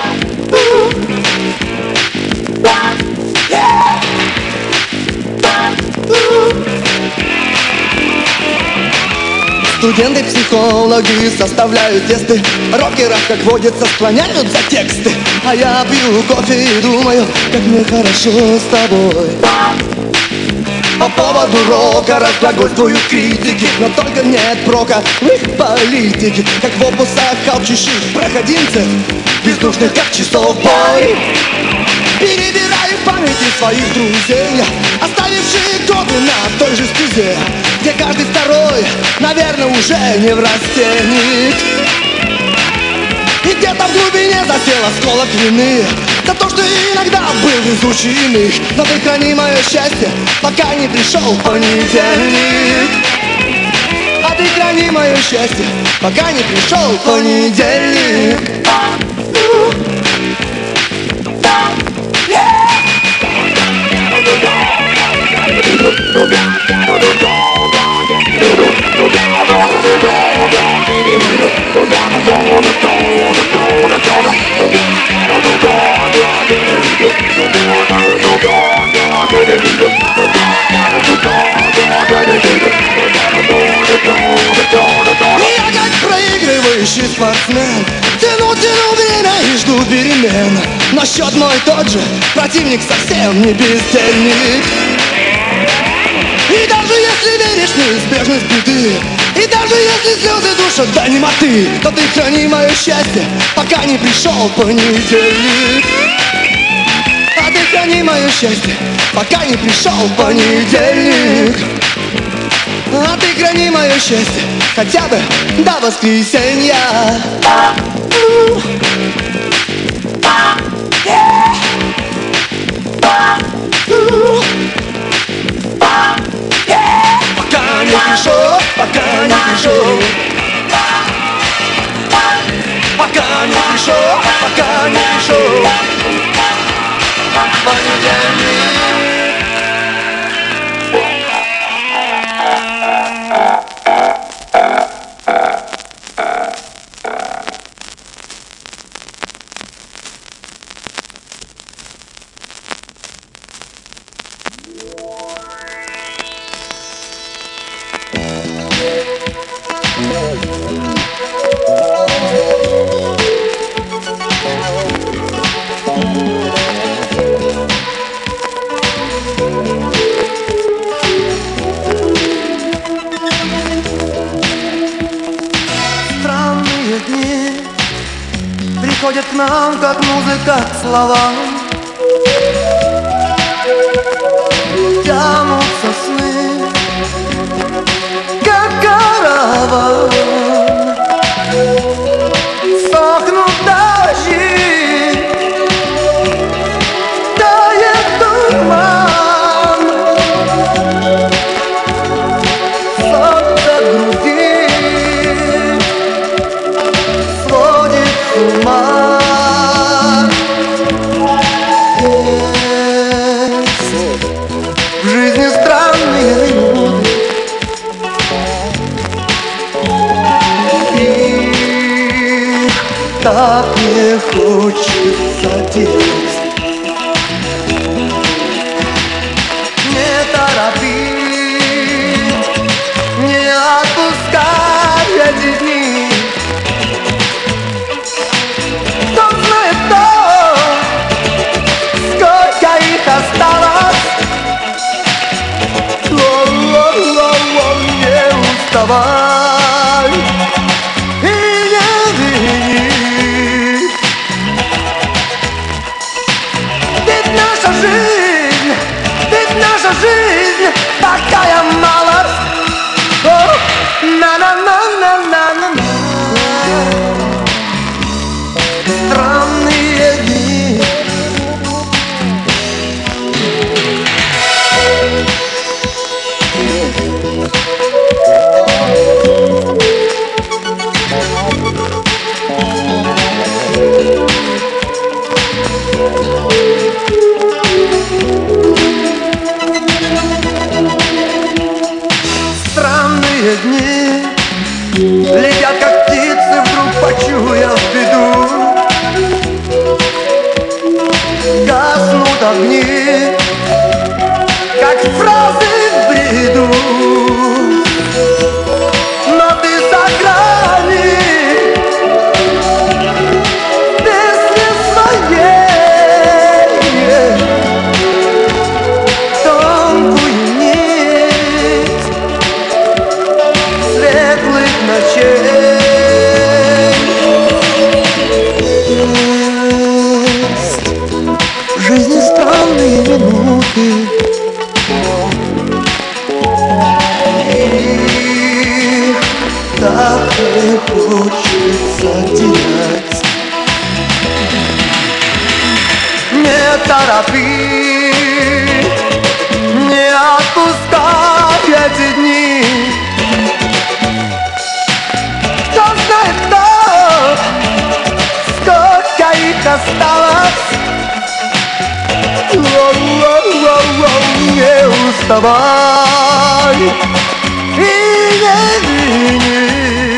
Студенты-психологи составляют тесты, рокеров, как водится, склоняют за тексты. А я пью кофе и думаю, как мне хорошо с тобой. По поводу рока разглагольствуют критики, но только нет прока в их политике. Как в опусах алчущих проходимцев, бездушных как часов бой. Перебираю в памяти своих друзей, оставившие годы на той же стезе, где каждый второй, наверное, уже не в растенник. И где-то в глубине засел осколок вины за то, что иногда был везучий иных. Но ты храни мое счастье, пока не пришел понедельник. А ты храни мое счастье, пока не пришел понедельник. Я как проигрывающий спортсмен тяну, тяну время и жду перемен. Но счет мой тот же, противник совсем не бездельник. И даже если веришь в неизбежность беды, и даже если слезы душат до немоты, то ты храни мое счастье, пока не пришел понедельник. А ты храни мое счастье, пока не пришел понедельник. А ты храни мое счастье, хотя бы до воскресенья. Пока не пришел, пока не пришел, пока не пришел, пока не пришел понедельник. Странные дни приходят к нам, как музыка к словам. Тянутся сны, как караван. Сохнут дожди, тает туман. Солнце груди сводит с ума. В жизни странные минуты, и так не хочется делать. Не торопи, не отпускай эти дни. Кто знает, кто, сколько их осталось. О-о-о-о, не уставай и не вини. Ведь наша жизнь, ведь наша жизнь такая мало. На-на-на-на-на-на-на. Странные дни. летят как птицы, вдруг почуяв беду. Гаснут огни, как фразы в бреду. Но ты за грани песни своей, тонкую нить светлых ночей. Есть в жизни странные минуты, их так не хочется терять. Не торопи, не отпускай эти дни. Кто знает, кто, сколько их осталось. Воу-воу-воу-воу, не уставай и не вини.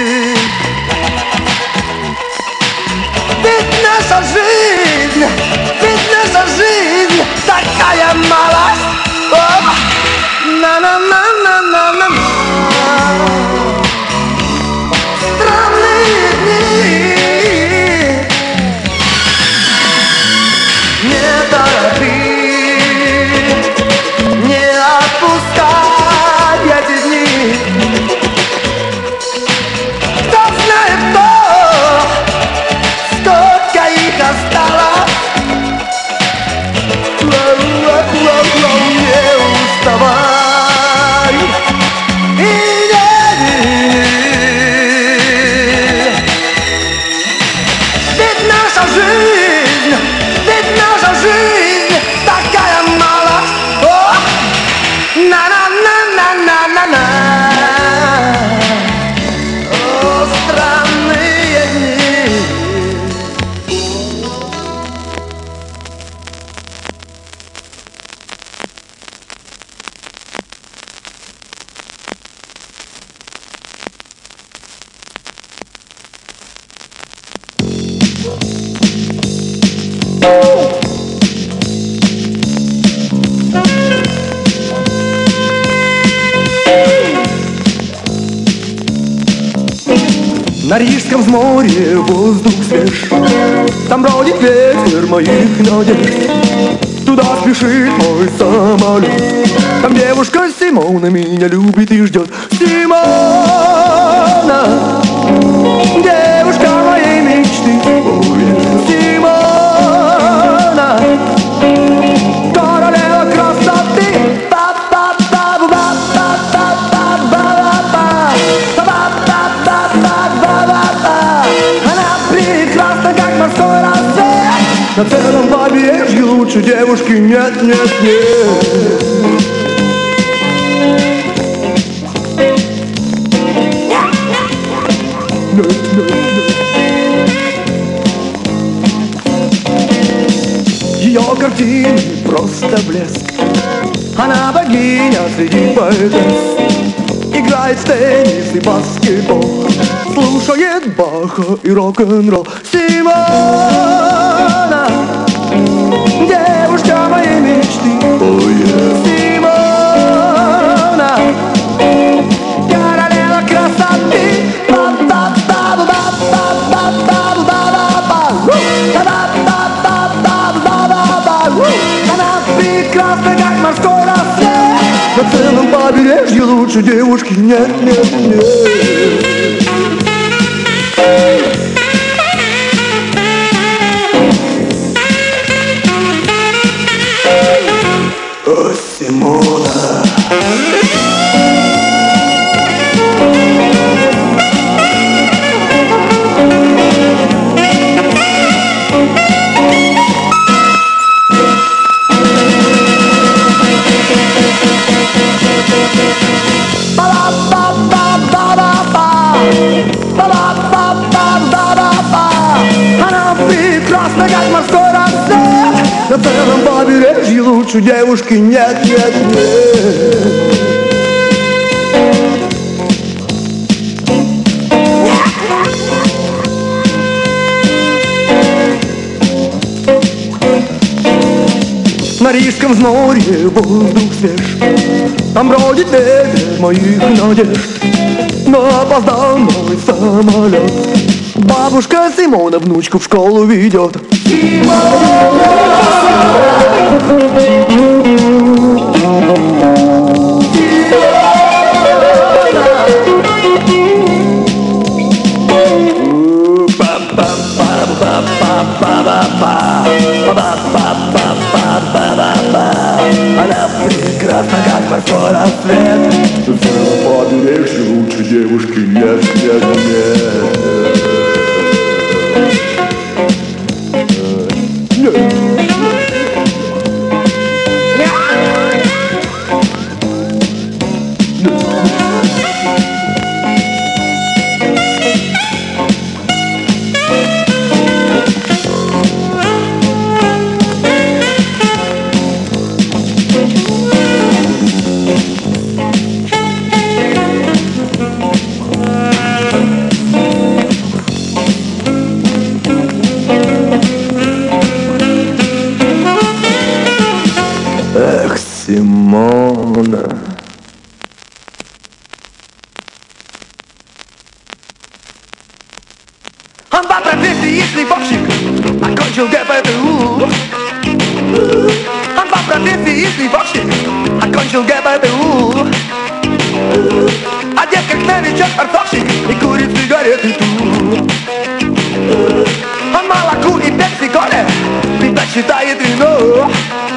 Ведь наша жизнь, ведь наша жизнь такая малость. На-на-на-на-на-на-на. Странные дни. Не торопи, не отпускай эти дни. Кто знает, кто, сколько их осталось. Воу-воу-воу-воу, не уставай и не вини. Ведь наша жизнь, ведь наша жизнь такая мало. О, на-на-на-на-на-на-на. О, странные дни. На Рижском взморье воздух свеж, там бродит ветер моих надежд. Туда спешит мой самолет, там девушка Симона меня любит и ждет. Симона, девушка моей мечты. Симона, королева красоты. На целом побережье лучше девушки нет, нет, нет. Нет, нет, нет. Ее картины просто блеск. Она богиня среди поэтесс. Играет в теннис и баскетбол, слушает Баха и рок-н-ролл. Симона, девушка моей мечты. Oh, yeah. Симона, королева красоты. Она прекрасна, как морской рассвет. На целом побережье лучше девушки нет, нет, нет. О, Симона. Она прекрасна, как морской рассвет. На целом побережье лучше девушки нет, нет, нет. море воздух свеж. Там бродит ветер моих надежд, но опоздал мой самолет. Бабушка Симона внучку в школу ведет. Она прекрасна, как морской рассвет. На побережье лучше девушки нет, нет, нет. Эх, Симона. Он по профессии шлифовщик, окончил ГПТУ. Он по профессии шлифовщик, окончил ГПТУ. Одет как новичок-фартовщик и курит сигареты ту. Он молоку и персиколе предпочитает вино.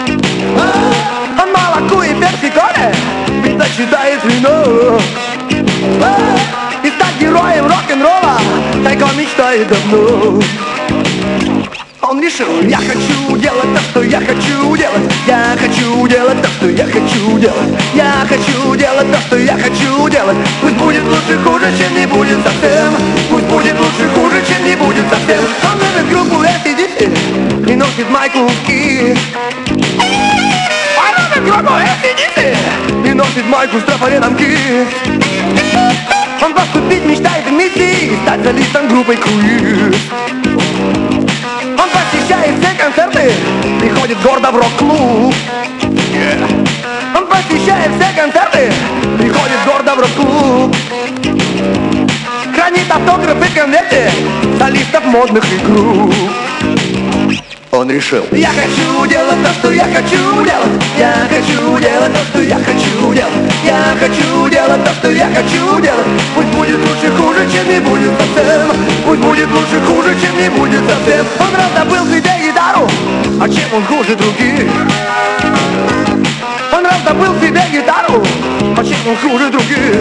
Он молоку и персиколе предпочитает вино. И стать героем рок-н-ролла так он мечтает давно. Он решил, я хочу делать то, что я хочу делать. Я хочу делать то, что я хочу делать. Я хочу делать то, что я хочу делать. Пусть будет лучше, хуже, чем не будет совсем. Пусть будет лучше, хуже, чем не будет совсем. Он любит группу эй си ди си и носит майку-ки. Он любит группу эй си ди си и носит майку с трафаретом ки. Он поступить мечтает в миссии и стать солистом группы Queen. Он посещает все концерты, приходит гордо в рок-клуб. Yeah. Он посещает все концерты, приходит гордо в рок-клуб. Хранит автографы в конверте солистов модных игру. Он решил, я хочу делать то, что я хочу делать. Я хочу делать то, что я хочу делать. Я хочу делать то, что я хочу делать. Пусть будет лучше, хуже, чем не будет совсем. Пусть будет лучше, хуже, чем не будет совсем. Он раздобыл себе гитару, а чем он хуже других? Он раздобыл себе гитару, а чем он хуже других?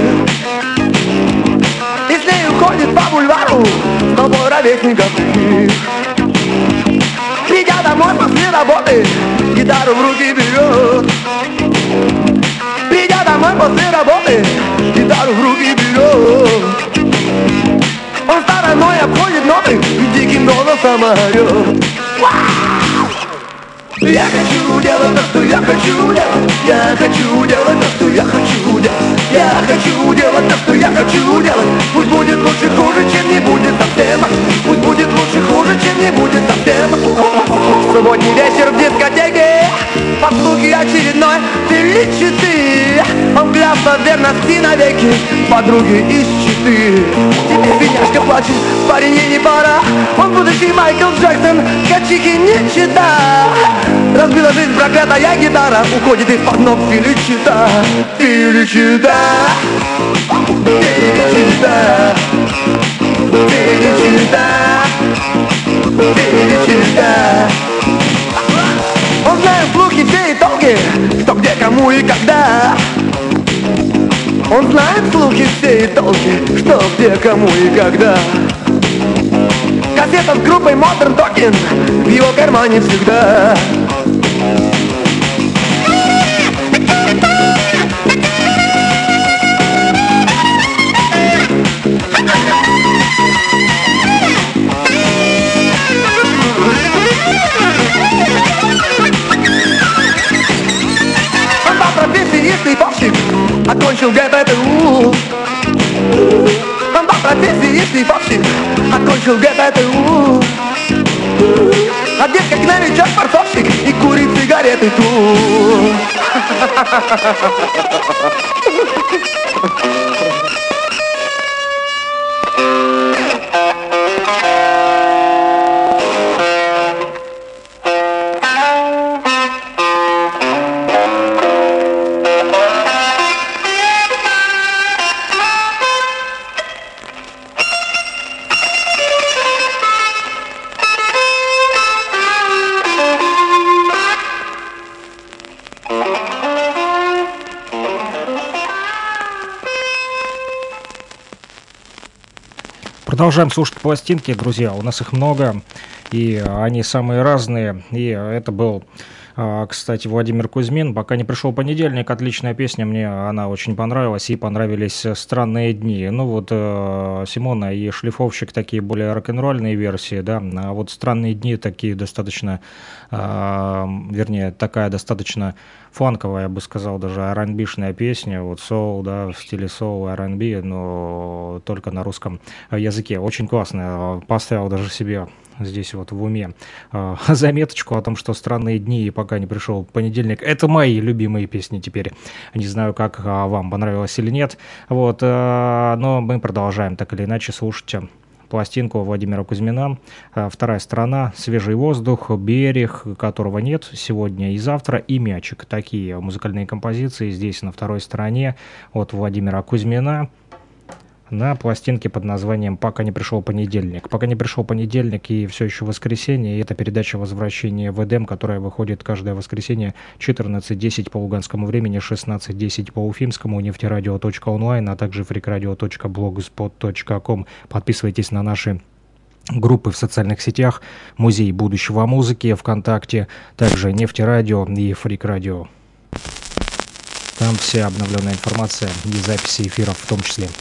И с ней уходит по бульвару с толпой ровесников их. Придя домой после работы, гитару в руки берет. Придя домой после работы, гитару в руки берет. Он стороной обходит ноты и диким голосом орет. Я хочу делать то, что я хочу делать. Я хочу делать то, что я хочу делать. Я хочу делать то, что я хочу делать. Пусть будет лучше, хуже, чем не будет совсем. Пусть будет лучше, хуже, чем не будет совсем. Субботний вечер в дискотеке, под звуки очередной величины. Он клялся в верности навеки подруги из Читы. Теперь бедняжка плачет, парень ей не пора. Он будущий Майкл Джексон, качихи не чита. Разбила жизнь проклятая гитара, уходит из-под ног Феличита. Феличита, Феличита, Феличита, Феличита. Он знает слухи, все и толки, что где, кому и когда. Он знает слухи, все и толки, что где, кому и когда. Кассета с группой Modern Talking в его кармане всегда. Он по профессии шлифовщик, окончил ГПТУ. Он по профессии шлифовщик, окончил ГПТУ. одет как новичок фартовщик и курит сигареты тут. Продолжаем слушать пластинки, друзья, у нас их много, и они самые разные, и это был, кстати, Владимир Кузьмин. «Пока не пришел понедельник», отличная песня, мне она очень понравилась, и понравились «Странные дни». Ну вот Симона и Шлифовщик такие более рок-н-ролльные версии, да, а вот «Странные дни» такие достаточно, вернее, такая достаточно фанковая, я бы сказал, даже ар энд би-шная песня, вот соул, да, в стиле соул и ар энд би, но только на русском языке. Очень классно, поставил даже себе здесь вот в уме э, заметочку о том, что «Странные дни» и «Пока не пришел понедельник» — это мои любимые песни теперь. Не знаю, как а, вам понравилось или нет, вот, э, но мы продолжаем так или иначе слушать пластинку Владимира Кузьмина. «Вторая сторона», «Свежий воздух», «Берег», которого нет сегодня и завтра, и «Мячик». Такие музыкальные композиции здесь на второй стороне от Владимира Кузьмина на пластинке под названием «Пока не пришел понедельник». «Пока не пришел понедельник» и все еще воскресенье. И это передача «Возвращение в Эдем», которая выходит каждое воскресенье четырнадцать десять по луганскому времени, шестнадцать десять по уфимскому, нефтерадио точка онлайн, а также фрикрадио точка блогспот точка ком. Подписывайтесь на наши группы в социальных сетях: «Музей будущего музыки» ВКонтакте, также «Нефтерадио» и «Фрикрадио». Там вся обновленная информация и записи эфиров в том числе.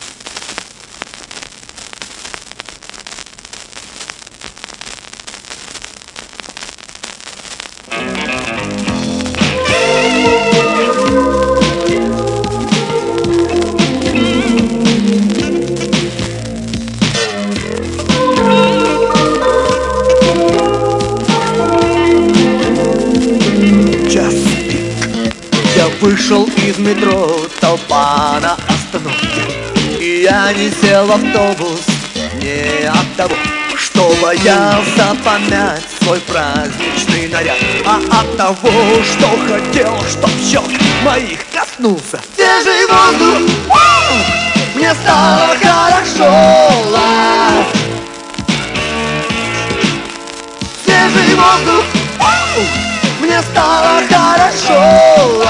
Вышел из метро, толпа на остановке, и я не сел в автобус не от того, что боялся помять свой праздничный наряд, а от того, что хотел, чтоб щек моих коснулся свежий воздух. Мне стало хорошо, свежий воздух. Мне стало хорошо,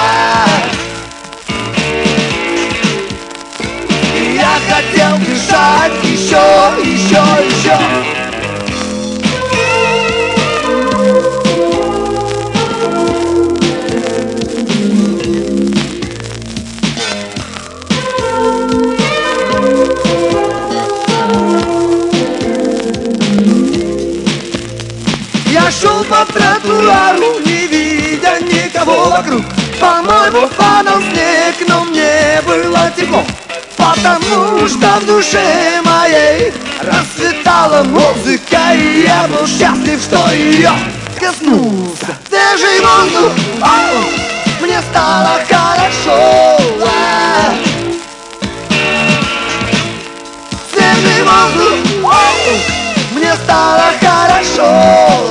и я хотел дышать еще, еще, еще. Я шел по тротуару, не видя никого вокруг. По-моему, падал снег, но мне было тепло, потому что в душе моей расцветала музыка, и я был счастлив, что ее коснулся свежий воздух. О, мне стало хорошо, свежий воздух. О, мне стало хорошо,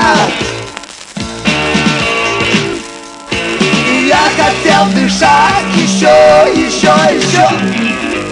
и я хотел дышать еще, еще, еще.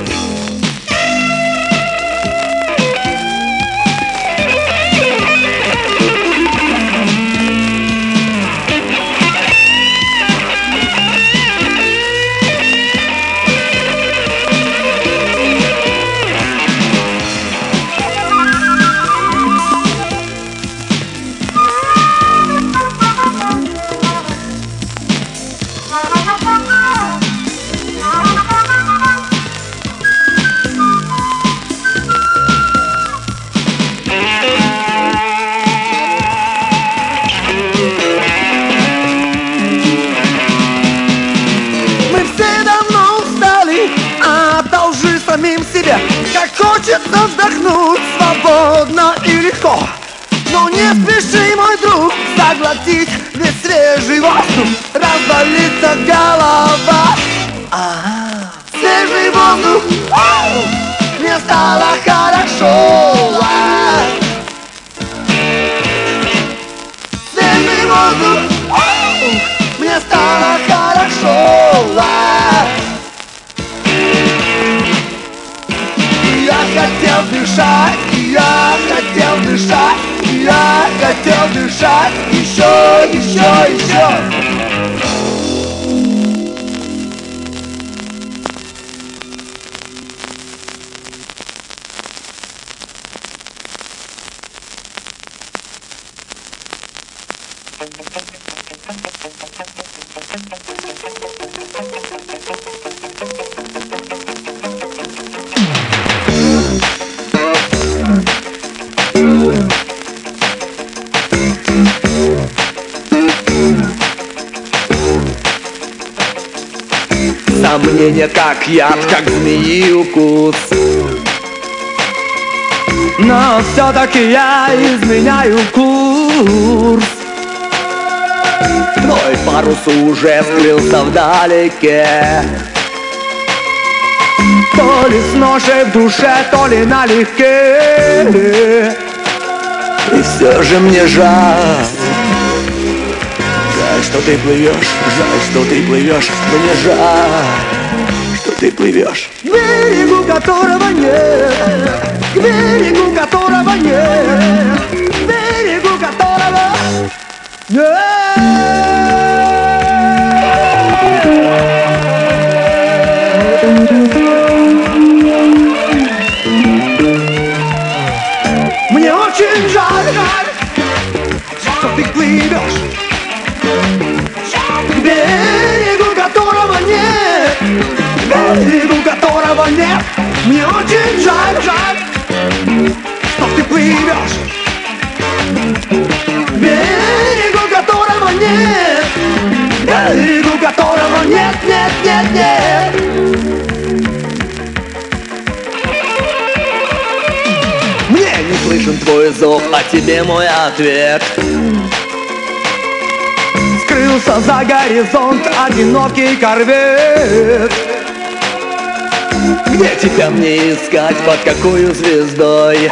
Как хочется вздохнуть свободно и легко. Но не спеши, мой друг, глотить весь свежий воздух, разболится голова. А-а-а. Свежий воздух, ау, мне стало хорошо. Свежий воздух, ау, мне стало хорошо. Я хотел дышать, я хотел дышать, я хотел дышать еще, еще, еще. Сомнения как яд, как змеи укус. Но все-таки я изменяю курс. Твой парус уже скрылся вдалеке. То ли с ношей в душе, то ли налегке. И все же мне жаль. Жаль, что ты плывешь, жаль, что ты плывешь. Мне жаль, что ты плывешь. К берегу которого нет, к берегу которого нет, к берегу которого нет. Мне очень жаль, жаль, что ты плывешь. К берегу которого нет, к берегу которого нет. Мне очень жаль, жаль, что ты плывешь. К берегу которого нет, к берегу которого нет, нет, нет, нет. Мне не слышен твой зов, а тебе мой ответ. Скрылся за горизонт одинокий корвет. Где тебя мне искать, под какой звездой?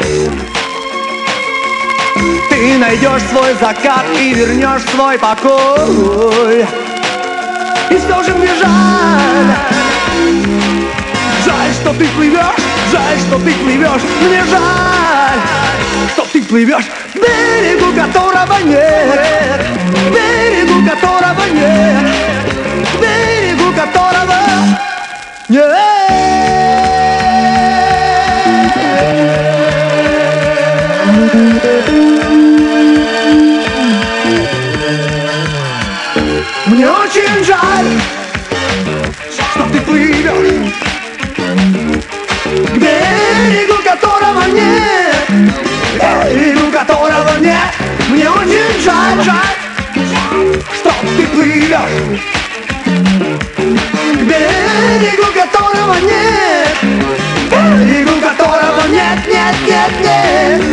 Ты найдешь свой закат и вернешь свой покой. И все же мне жаль, жаль, что ты плывешь, жаль, что ты плывешь. Мне жаль, что ты плывешь. К берегу которого нет, к берегу которого нет, к берегу которого нет. Мне очень жаль, что ты плывешь. К берегу которого нет, к берегу которого нет. Мне очень жаль, жаль, что ты плывешь. К берегу которого нет, к берегу которого нет, нет, нет, нет.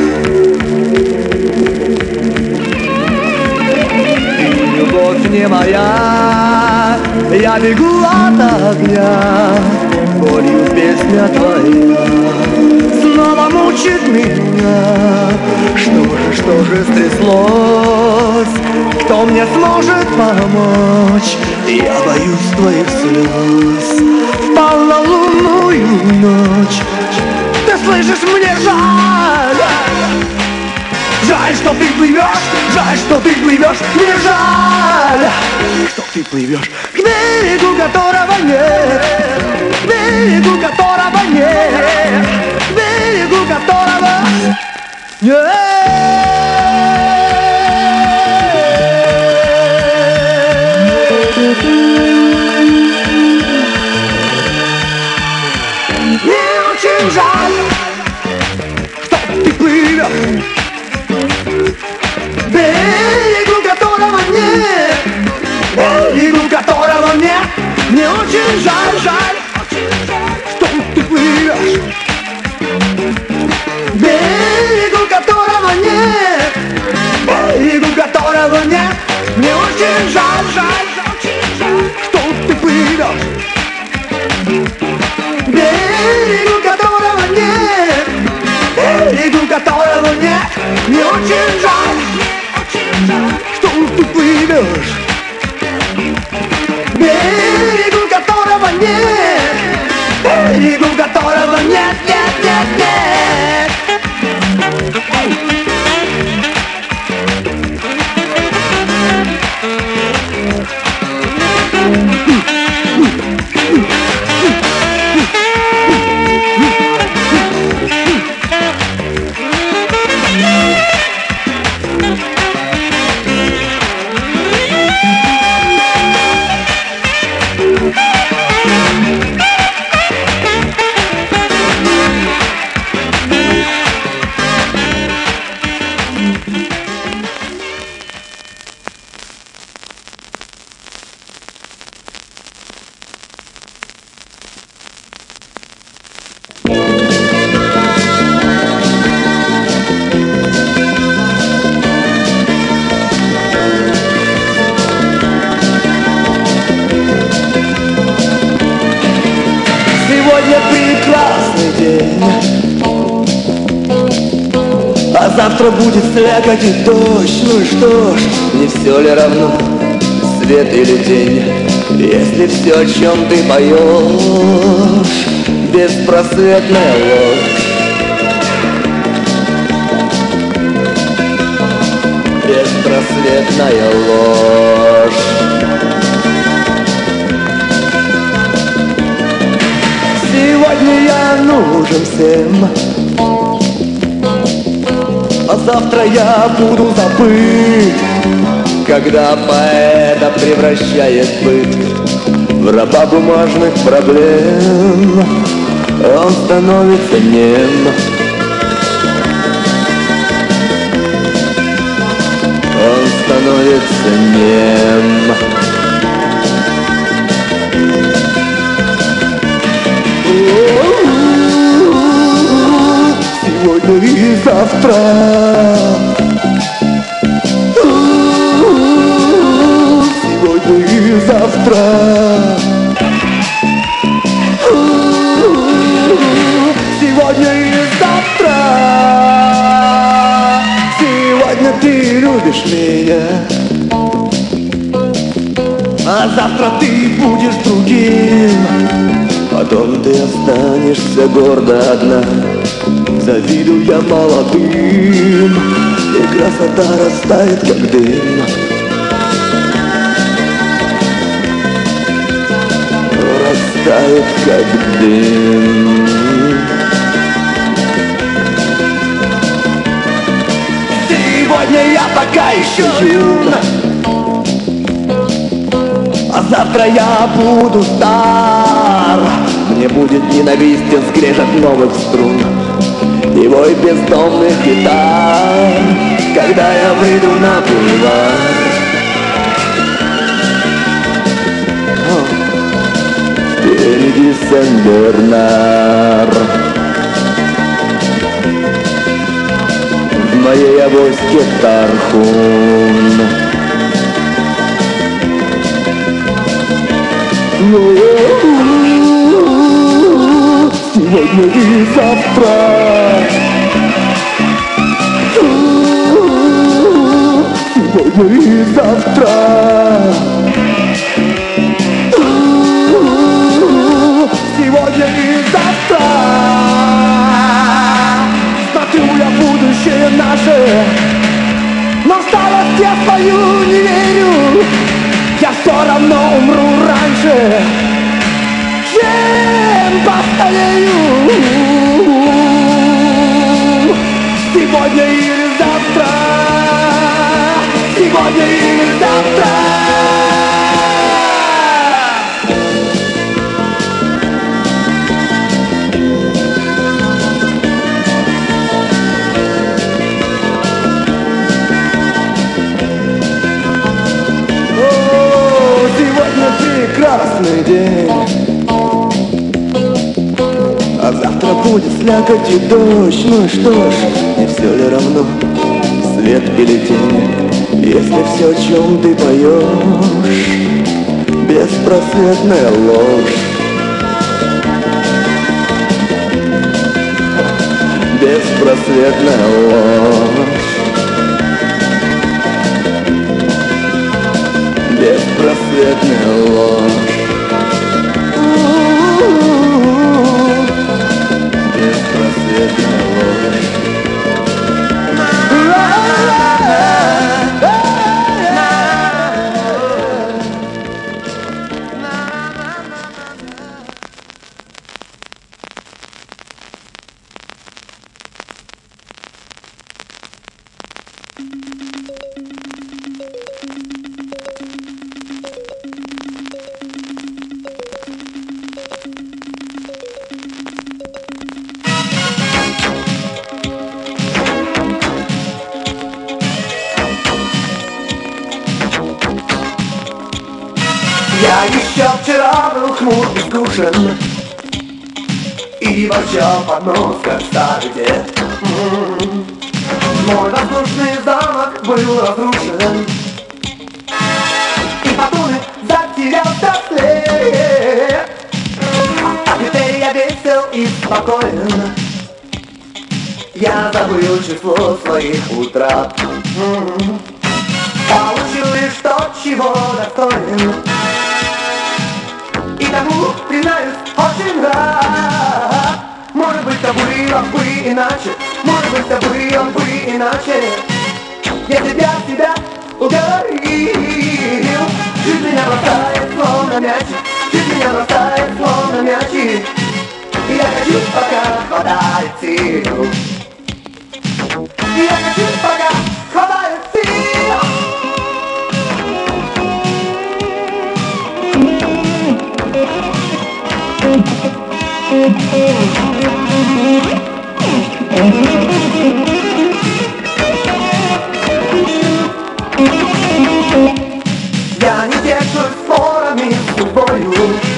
Ты любовь не моя, я бегу от огня, болью песня твоя снова мучит меня. Что же, что же стряслось? Кто мне сможет помочь? Я боюсь твоих слез в полнолунную ночь. Ты слышишь, мне жаль, жаль, что ты плывешь, жаль, что ты плывешь. Мне жаль, что ты плывешь. К берегу которого нет, к берегу которого нет, к берегу которого нет. Мне очень жаль, что ты плывешь. К берегу которого нет, к берегу которого нет. Мне очень жаль, жаль, что ты плывешь. К берегу которого нет, к берегу которого нет. берегу которого нет, берегу которого нет. Мне очень жаль, что ты плывешь, берегу которого нет, берегу которого нет, нет, нет, нет. Сегодня прекрасный день, а завтра будет слякоть и дождь. Ну и что ж, не все ли равно, свет или день, если все, о чем ты поешь, беспросветная ложь, беспросветная ложь. Сегодня я нужен всем, а завтра я буду забыт, когда поэта превращает быт в раба бумажных проблем. Он становится нем, он становится нем. Сегодня и завтра, сегодня и завтра, сегодня и завтра. Сегодня ты любишь меня, а завтра ты будешь другим. Потом ты останешься гордо одна, завидуя молодым, и красота растает, как дым. Растает, как дым. Сегодня я пока еще юн, а завтра я буду стар. Мне будет ненавистен скрежет новых струн и вой бездомных гитар, когда я выйду на бульвар. О, впереди Сен-Бернар, в моей авоське Тархун. Сегодня и завтра, сегодня и завтра, сегодня и завтра. Смотрю я будущее наше, но в старость я свою не верю. Я все равно умру раньше, чем постарею. Сегодня или завтра, сегодня или завтра. О, сегодня прекрасный день, а завтра будет слякоть и дождь. Ну и что ж, не все ли равно, свет или тень, если все, о чем ты поешь, беспросветная ложь, Беспросветная ложь, беспросветная ложь. Беспросветная ложь. Я еще вчера был хмур и скучен и ворчал под нос, как старый дед. М-м-м. Мой воздушный замок был разрушен, и потом затерялся след. А теперь я весел и спокоен, я забыл число своих утрат. М-м-м. Получил лишь то, чего достоин, и тому, признаюсь, очень рад. Может быть, это было бы иначе, может быть, это было бы иначе, если б я тебя уговорил. Жизнь меня бросает, словно мячик, жизнь меня бросает, словно мячик, и я хочу, пока хватает сил. И я хочу, пока хватает сил. Я не тешусь спорами с судьбою,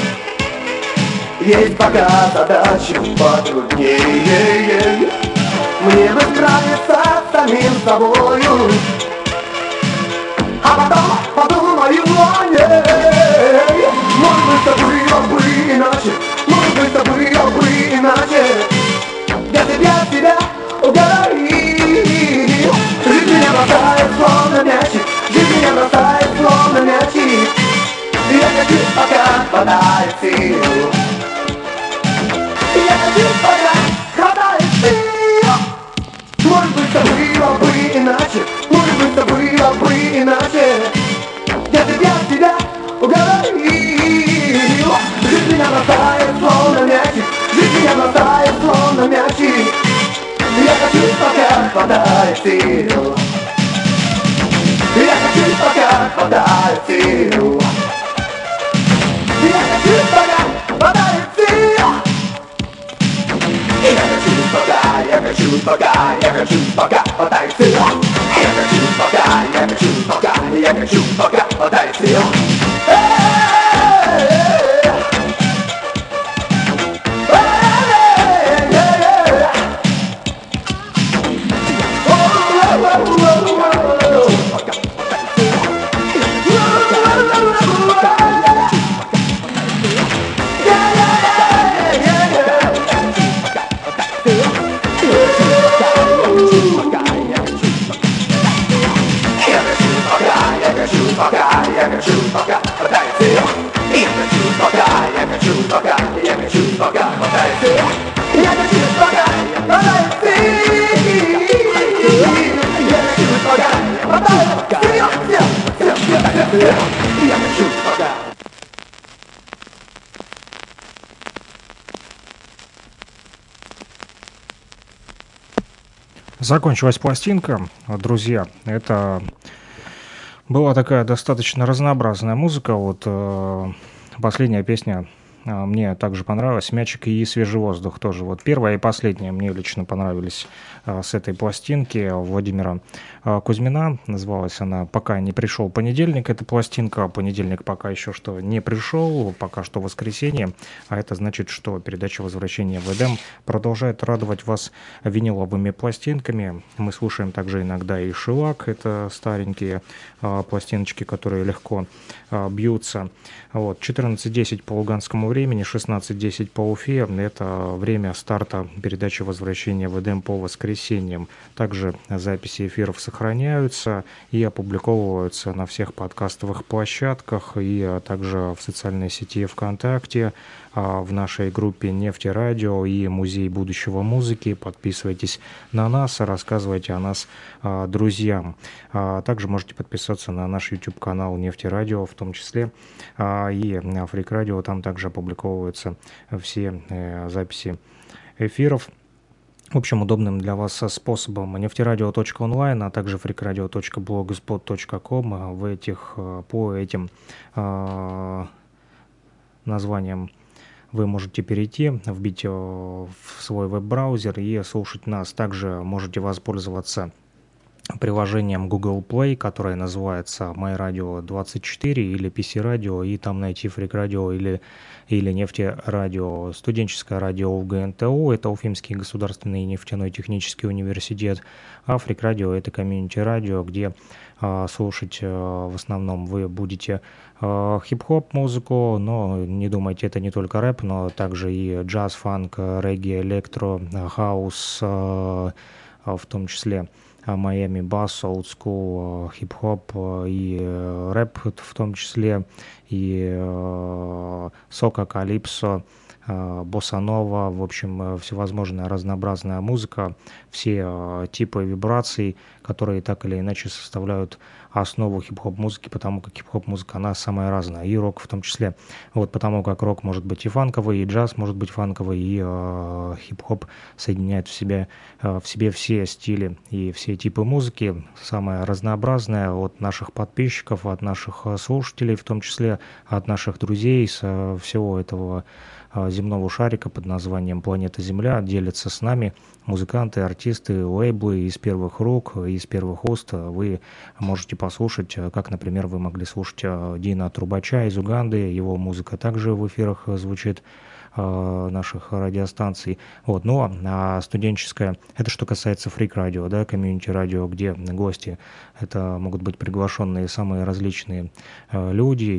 есть пока задачи потруднее. Мне бы справиться с самим собою, а потом подумаю о ней. Может быть, это было бы иначе, может быть, это было бы иначе, если б я тебя уговорил. Жизнь меня бросает, словно мячик, жизнь меня бросает, словно мячик, и я хочу, пока хватает сил. И я хочу, пока хватает сил. Может быть, это было бы иначе, может быть, это было бы иначе, если б я тебя уговорил. Жизнь меня бросает, словно мячик, жизнь меня бросает, словно мячик, я хочу, пока хватает сил. Я хочу, пока хватает сил. Я хочу, пока хватает сил. Я хочу, пока, я хочу, пока, я хочу, пока хватает сил. Я хочу, пока, я хочу, пока, я хочу, пока хватает сил. Я хочу, пока хватает сил. Я хочу, пока, я хочу, пока, я хочу, пока хватает сил. Я хочу, пока хватает сил. Я хочу, пока хватает сил. Я хочу, пока. Закончилась пластинка, друзья. Это была такая достаточно разнообразная музыка. Вот э, последняя песня э, мне также понравилась. «Мячик» и «Свежий воздух» тоже. Вот первая и последняя мне лично понравились э, с этой пластинки Владимира э, Кузьмина. Называлась она «Пока не пришел понедельник». Эта пластинка. Понедельник пока еще что не пришел, пока что воскресенье. А это значит, что передача «Возвращение в Эдем» продолжает радовать вас виниловыми пластинками. Мы слушаем также иногда и «Шелак». Это старенькие э, пластиночки, которые легко э, бьются. Вот, четырнадцать десять по луганскому времени, шестнадцать десять по Уфе. Это время старта передачи «Возвращение в Эдем» по воскресеньям. Также записи эфиров сохраняются и опубликовываются на всех подкастовых площадках и также в социальной сети ВКонтакте, в нашей группе «Нефтерадио» и «Музей будущего музыки». Подписывайтесь на нас, рассказывайте о нас друзьям. Также можете подписаться на наш YouTube-канал «Нефтерадио» в том числе, и Фрик Радио, там также опубликовываются все записи эфиров. В общем, удобным для вас способом нефтерадио точка онлайн, а также фрикрадио точка блогспот точка ком. В этих, по этим э, названиям вы можете перейти, вбить в свой веб-браузер и слушать нас. Также можете воспользоваться приложением Google Play, которое называется май радио двадцать четыре или пи си-радио, и там найти Фрик Радио или, или Нефтерадио. Студенческое радио УГНТУ – это Уфимский государственный нефтяной технический университет, а Фрик Радио – это комьюнити-радио, где а, слушать а, в основном вы будете а, хип-хоп музыку, но не думайте, это не только рэп, но также и джаз, фанк, регги, электро, хаус, а, а, в том числе Майами бас, олдскул, хип-хоп и рэп в том числе, и сока, калипсо, босса-нова, в общем, всевозможная разнообразная музыка, все типы вибраций, которые так или иначе составляют основу хип-хоп-музыки, потому как хип-хоп-музыка, она самая разная, и рок в том числе. Вот потому как рок может быть и фанковый, и джаз может быть фанковый, и э, хип-хоп соединяет в себе, э, в себе все стили и все типы музыки, самая разнообразная, от наших подписчиков, от наших слушателей, в том числе от наших друзей, с э, всего этого земного шарика под названием «Планета Земля» делятся с нами музыканты, артисты, лейблы из первых рук, из первых уст. Вы можете послушать, как, например, вы могли слушать Дина Трубача из Уганды, его музыка также в эфирах звучит наших радиостанций. Вот. Ну а студенческое, это что касается Фрик Радио, да, комьюнити радио, где гости, это могут быть приглашенные самые различные люди,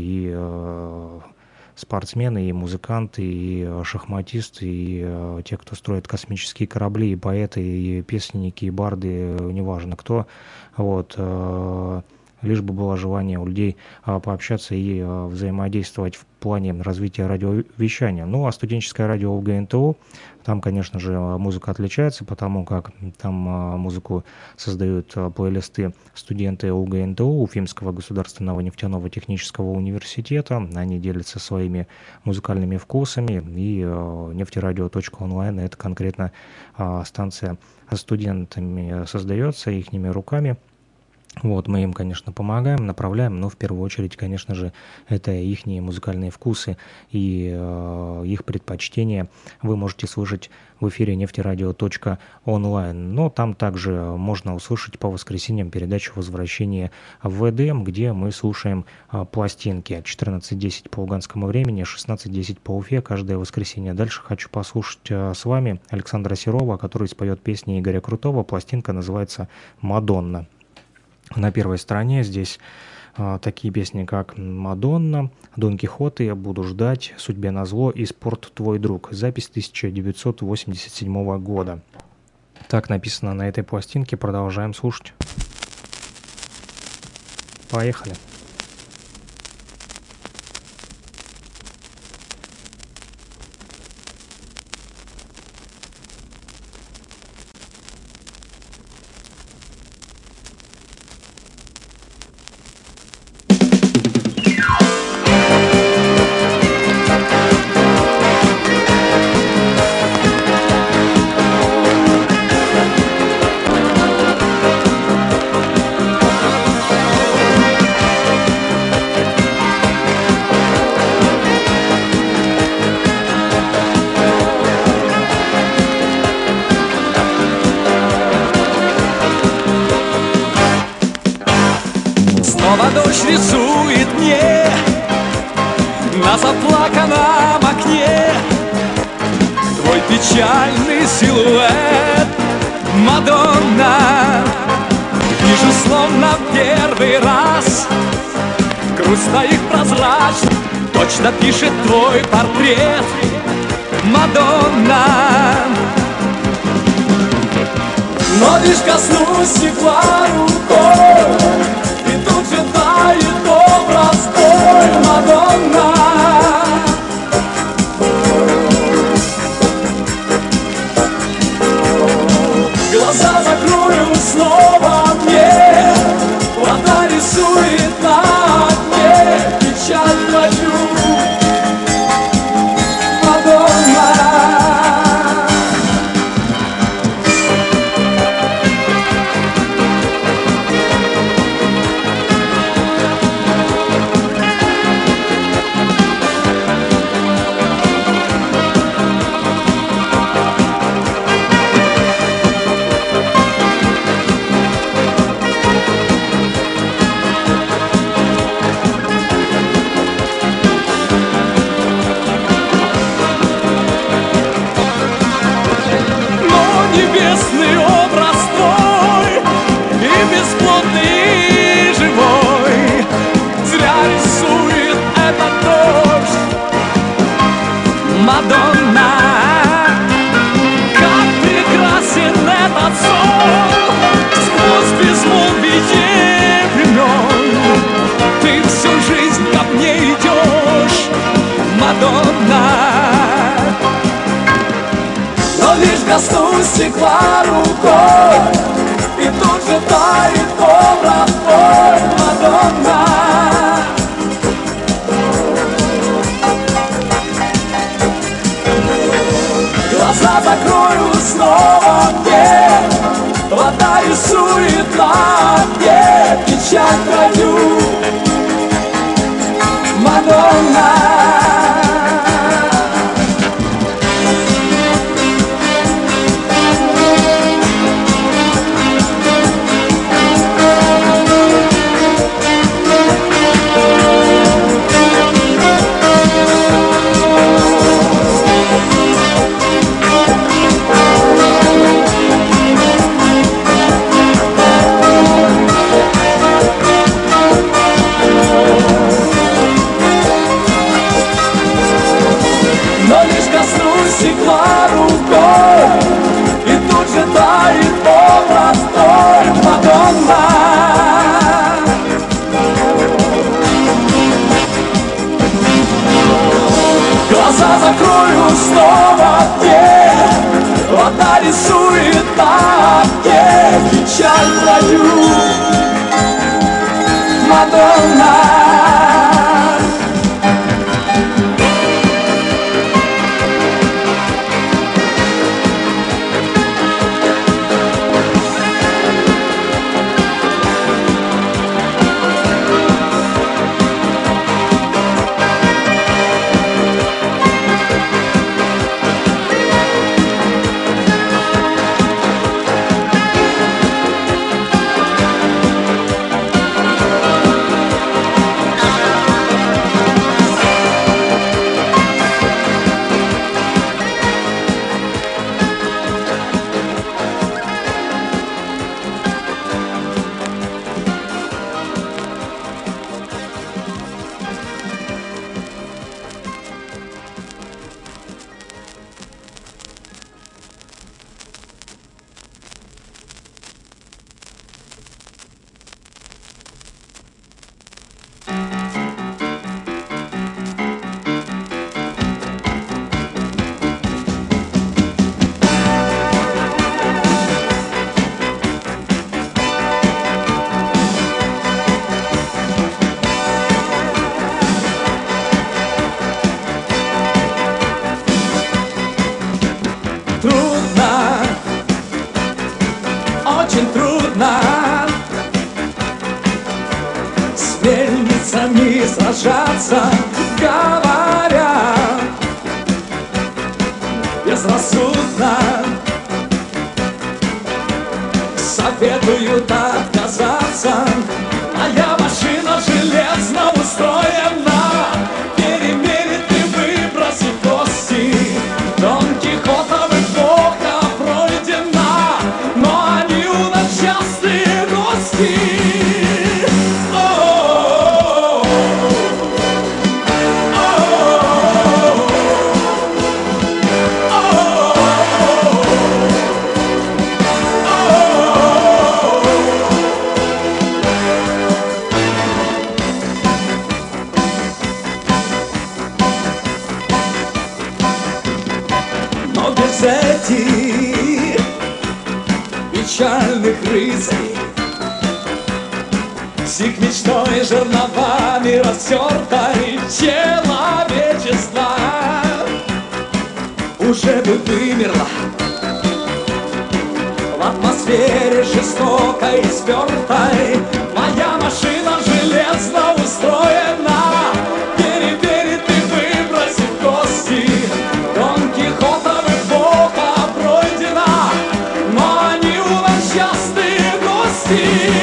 и спортсмены, и музыканты, и шахматисты, и э, те, кто строит космические корабли, и поэты, и песенники, и барды, неважно кто. Вот, э, лишь бы было желание у людей э, пообщаться и э, взаимодействовать в плане развития радиовещания. Ну, а студенческое радио УГНТУ, там, конечно же, музыка отличается, потому как там э, музыку создают э, плейлисты студенты УГНТУ, Уфимского государственного нефтяного технического университета. Они делятся своими музыкальными вкусами, и э, нефтерадио точка онлайн — это конкретно э, станция студентами создается, ихними руками. Вот, мы им, конечно, помогаем, направляем, но в первую очередь, конечно же, это их музыкальные вкусы и э, их предпочтения вы можете слышать в эфире нефтерадио точка онлайн. Но там также можно услышать по воскресеньям передачу «Возвращение в Эдем», где мы слушаем э, пластинки. четырнадцать десять по луганскому времени, шестнадцать десять по Уфе каждое воскресенье. Дальше хочу послушать э, с вами Александра Серова, который споет песни Игоря Крутого. Пластинка называется «Мадонна». На первой стороне здесь а, такие песни, как «Мадонна», «Дон Кихот», «Я буду ждать», «Судьбе назло» и «Спорт твой друг». Запись тысяча девятьсот восемьдесят седьмого года. Так написано на этой пластинке. Продолжаем слушать. Поехали. Дождь рисует мне на заплаканном окне твой печальный силуэт, Мадонна. Вижу словно в первый раз грустно и прозрачно точно пишет твой портрет, Мадонна. Но лишь коснусь стекла рукой, и тут же тает образ твой, Мадонна. Глаза закрою снова мне, вода рисует на окне печаль твою, Мадонна. Мадонна, как прекрасен этот сон, сквозь безмолвие времен. Ты всю жизнь ко мне идешь, Мадонна. Но лишь коснусь стекла рукой, и тут же тает образ твой, Мадонна. Глаза закрою снова мне, вода рисует на окне печаль твою, Мадонна. Стекла рукой, и тут же тает образ твой, Мадонна. Глаза закрою снова мне, вода рисует на окне печаль твою, Мадонна. сражаться, говоря безрассудно. Советуют отказаться, а я машина железно устроена. Перемерить и выбросить кости, Дон Кихотов эпоха пройдена, но они у нас частые гости. О-о-о-о. двадцати печальных рыцарей, с их мечтой жерновами растертой человечества уже бы вымерло в атмосфере жестокой и спертой. Моя машина железно устроена, переверит и выбросит кости. Дон Кихотов эпоха пройдена, но они у нас частые гости.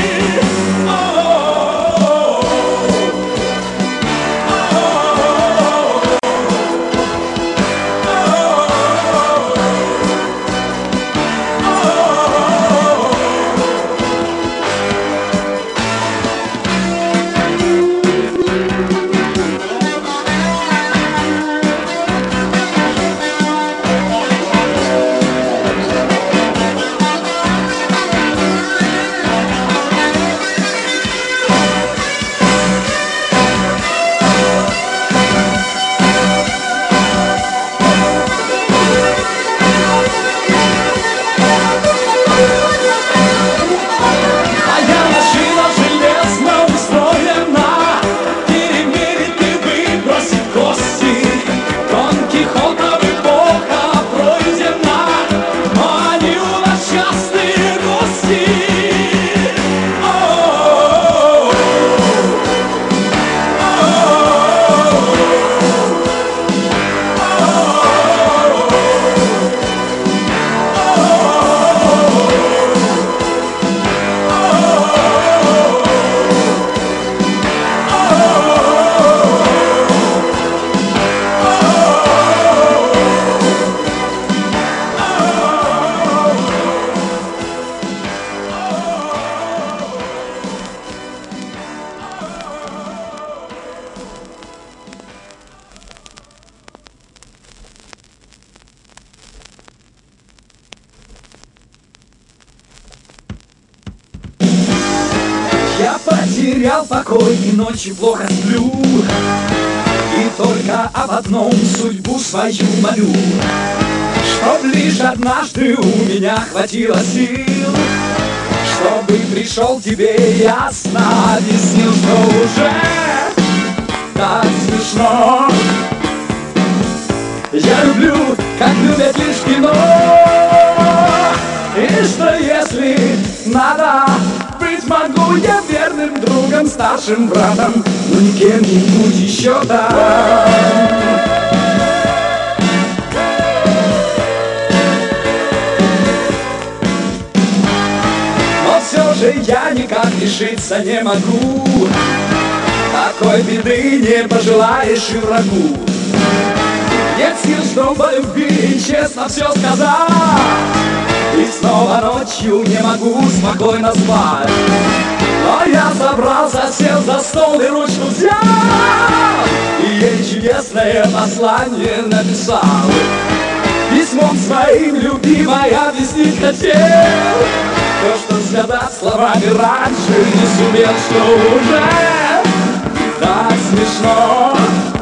Потерял покой и ночью плохо сплю, и только об одном судьбу свою молю, чтоб лишь однажды у меня хватило сил, чтобы пришел тебе ясно объяснил, что уже так смешно. Я люблю, как любят лишь кино, и что если надо, могу я верным другом, старшим братом, но не кем-нибудь еще там. Но все же я никак решиться не могу, такой беды не пожелаешь и врагу. Нет сил, чтоб по любви честно все сказать, и снова ночью не могу спокойно спать. Но я собрался, сел за стол и ручку взял, и ей чудесное послание написал. Письмом своим любимой объяснить хотел то, что сказать словами раньше не сумел, что уже так смешно.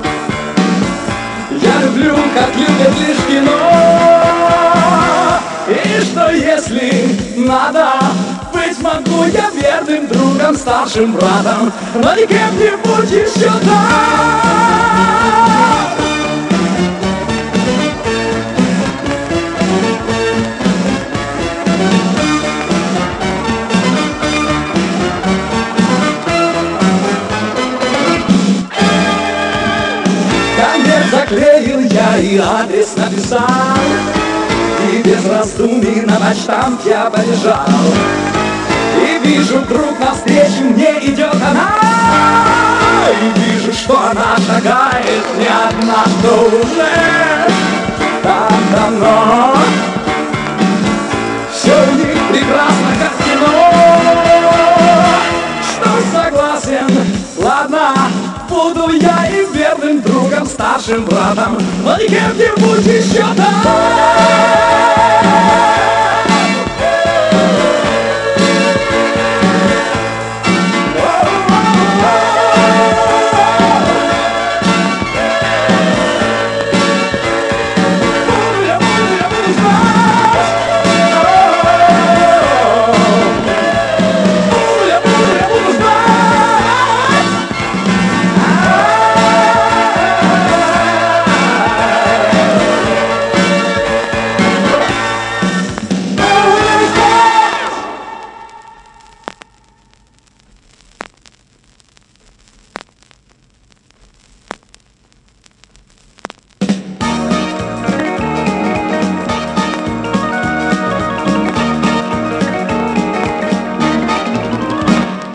Я люблю, как любят лишь кино, и что если надо, быть могу я верным другом, старшим братом, но не кем-нибудь еще там. Конверт заклеил я и адрес написал, и без раздумий на почтамт я побежал. И вижу, вдруг навстречу мне идет она, и вижу, что она шагает не одна, что уже так давно. Все у них прекрасно, как в кино. Что согласен, ладно, буду я им верным другом, старшим братом, но не кем-нибудь еще там.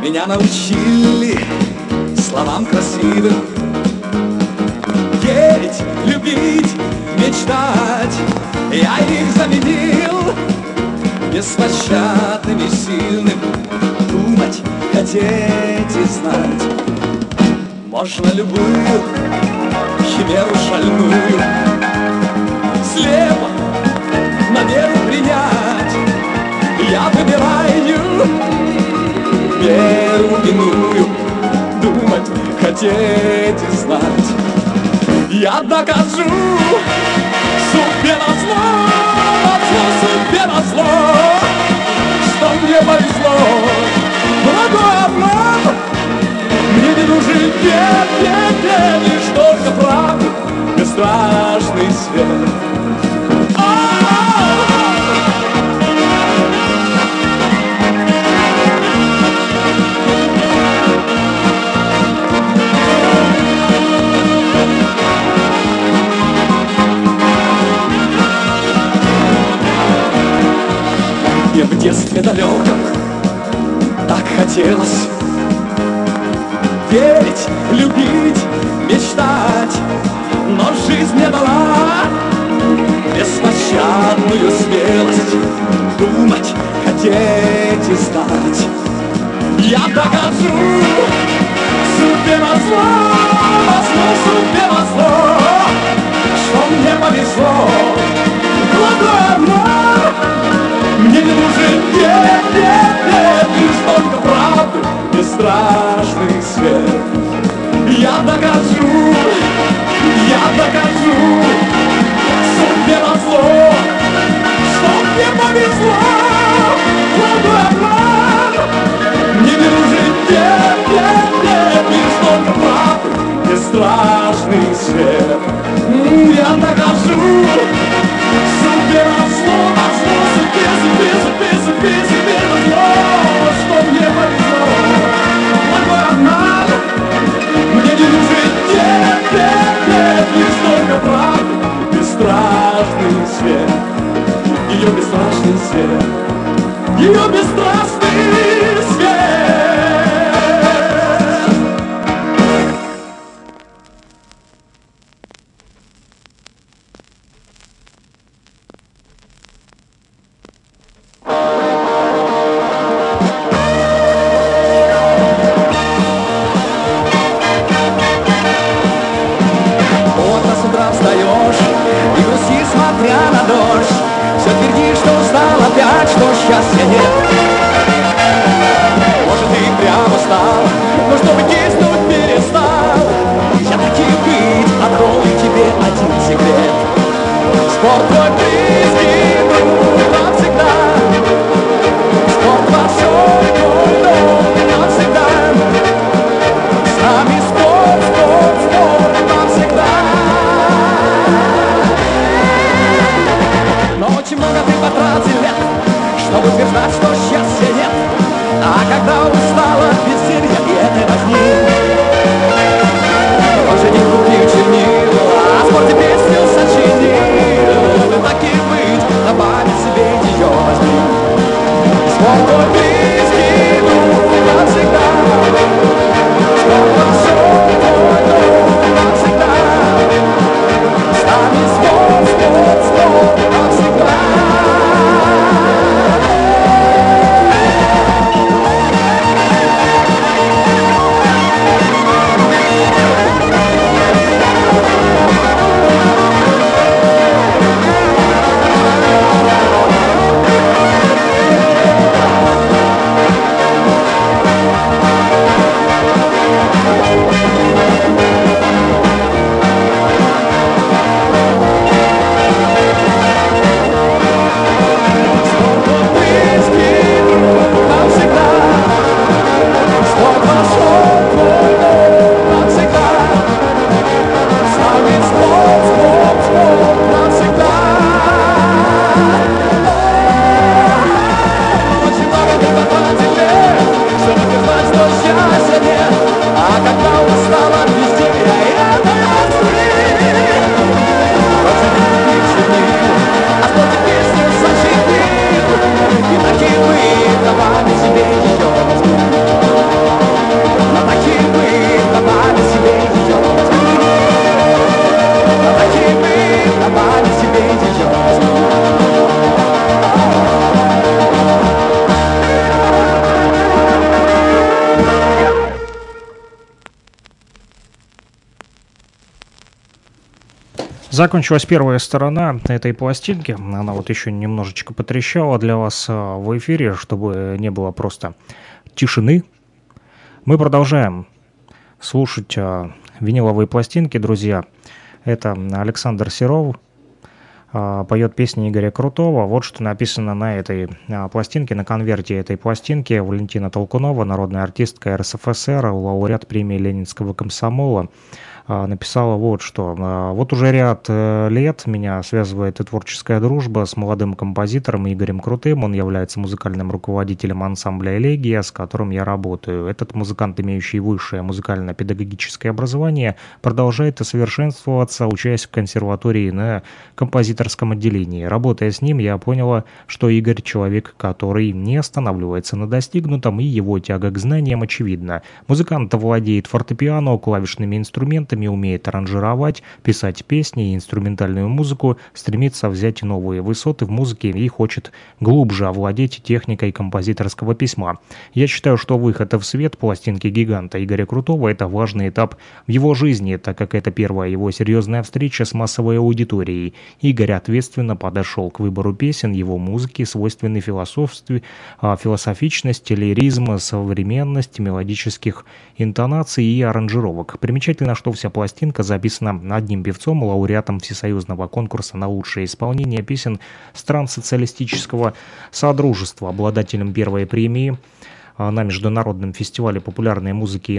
меня научили словам красивым. Верить, любить, мечтать, я их заменил беспощадным и сильным. Думать, хотеть и знать. Можно любую химеру шальную слепо на веру принять. Я выбираю веру иную. Думать, хотеть и знать. Я докажу судьбе назло, назло, судьбе назло, что мне повезло. Благой обман мне не нужен, нет, нет, нет, лишь только правда, бесстрашный свет. Мне в детстве далеком так хотелось верить, любить, мечтать, но жизнь мне дала беспощадную смелость. Думать, хотеть и знать. Я докажу судьбе назло, назло, судьбе назло, что мне повезло. Благой обман мне не нужен, нет, нет, нет, лишь только правда, бесстрашный свет. Я докажу, я докажу судьбе назло, что мне повезло. Благой обман мне не нужен, нет, нет, нет, лишь только правда, бесстрашный свет. Я докажу судьбе назло, назло, судьбе, судьбе, судьбе, судьбе, судьбе назло, что мне повезло. Благой обман мне не нужен, нет, нет, нет, лишь только правда, бесстрашный свет. Ее бесстрашный свет, ее бесстрашный свет. Счастья нет. Может, ты прямо стал, но чтобы киснуть перестал. Я таки быть, открою тебе один секрет. Спорт твой близкий друг навсегда. Спорт большой твой дом навсегда. С нами спорт, спорт, спорт навсегда. Но очень много ты потратил лет, чтобы утверждать, что счастья нет. А когда устала от веселья и этой возни, больше не купил чернил, а в спорте песню сочинил. И так и быть, Закончилась первая сторона этой пластинки. Она вот еще немножечко потрещала для вас в эфире, чтобы не было просто тишины. Мы продолжаем слушать виниловые пластинки, друзья. Это Александр Серов поет песни Игоря Крутого. Вот что написано на этой пластинке, на конверте этой пластинки. Валентина Толкунова, народная артистка эр эс эф эс эр, лауреат премии Ленинского комсомола, написала вот что. Вот уже ряд лет меня связывает и творческая дружба с молодым композитором Игорем Крутым. Он является музыкальным руководителем ансамбля «Элегия», с которым я работаю. Этот музыкант, имеющий высшее музыкально-педагогическое образование, продолжает усовершенствоваться, учась в консерватории на композиторском отделении. Работая с ним, я поняла, что Игорь — человек, который не останавливается на достигнутом, и его тяга к знаниям очевидна. Музыкант владеет фортепиано, клавишными инструментами, умеет аранжировать, писать песни и инструментальную музыку, стремится взять новые высоты в музыке и хочет глубже овладеть техникой композиторского письма. Я считаю, что выход в свет пластинки гиганта Игоря Крутого — это важный этап в его жизни, так как это первая его серьезная встреча с массовой аудиторией. Игорь ответственно подошел к выбору песен, его музыки свойственны философстве, философичность, лиризм, современность, мелодических интонаций и аранжировок. Примечательно, что вся пластинка записана одним певцом, лауреатом всесоюзного конкурса на лучшее исполнение песен стран социалистического содружества, обладателем первой премии на международном фестивале популярной музыки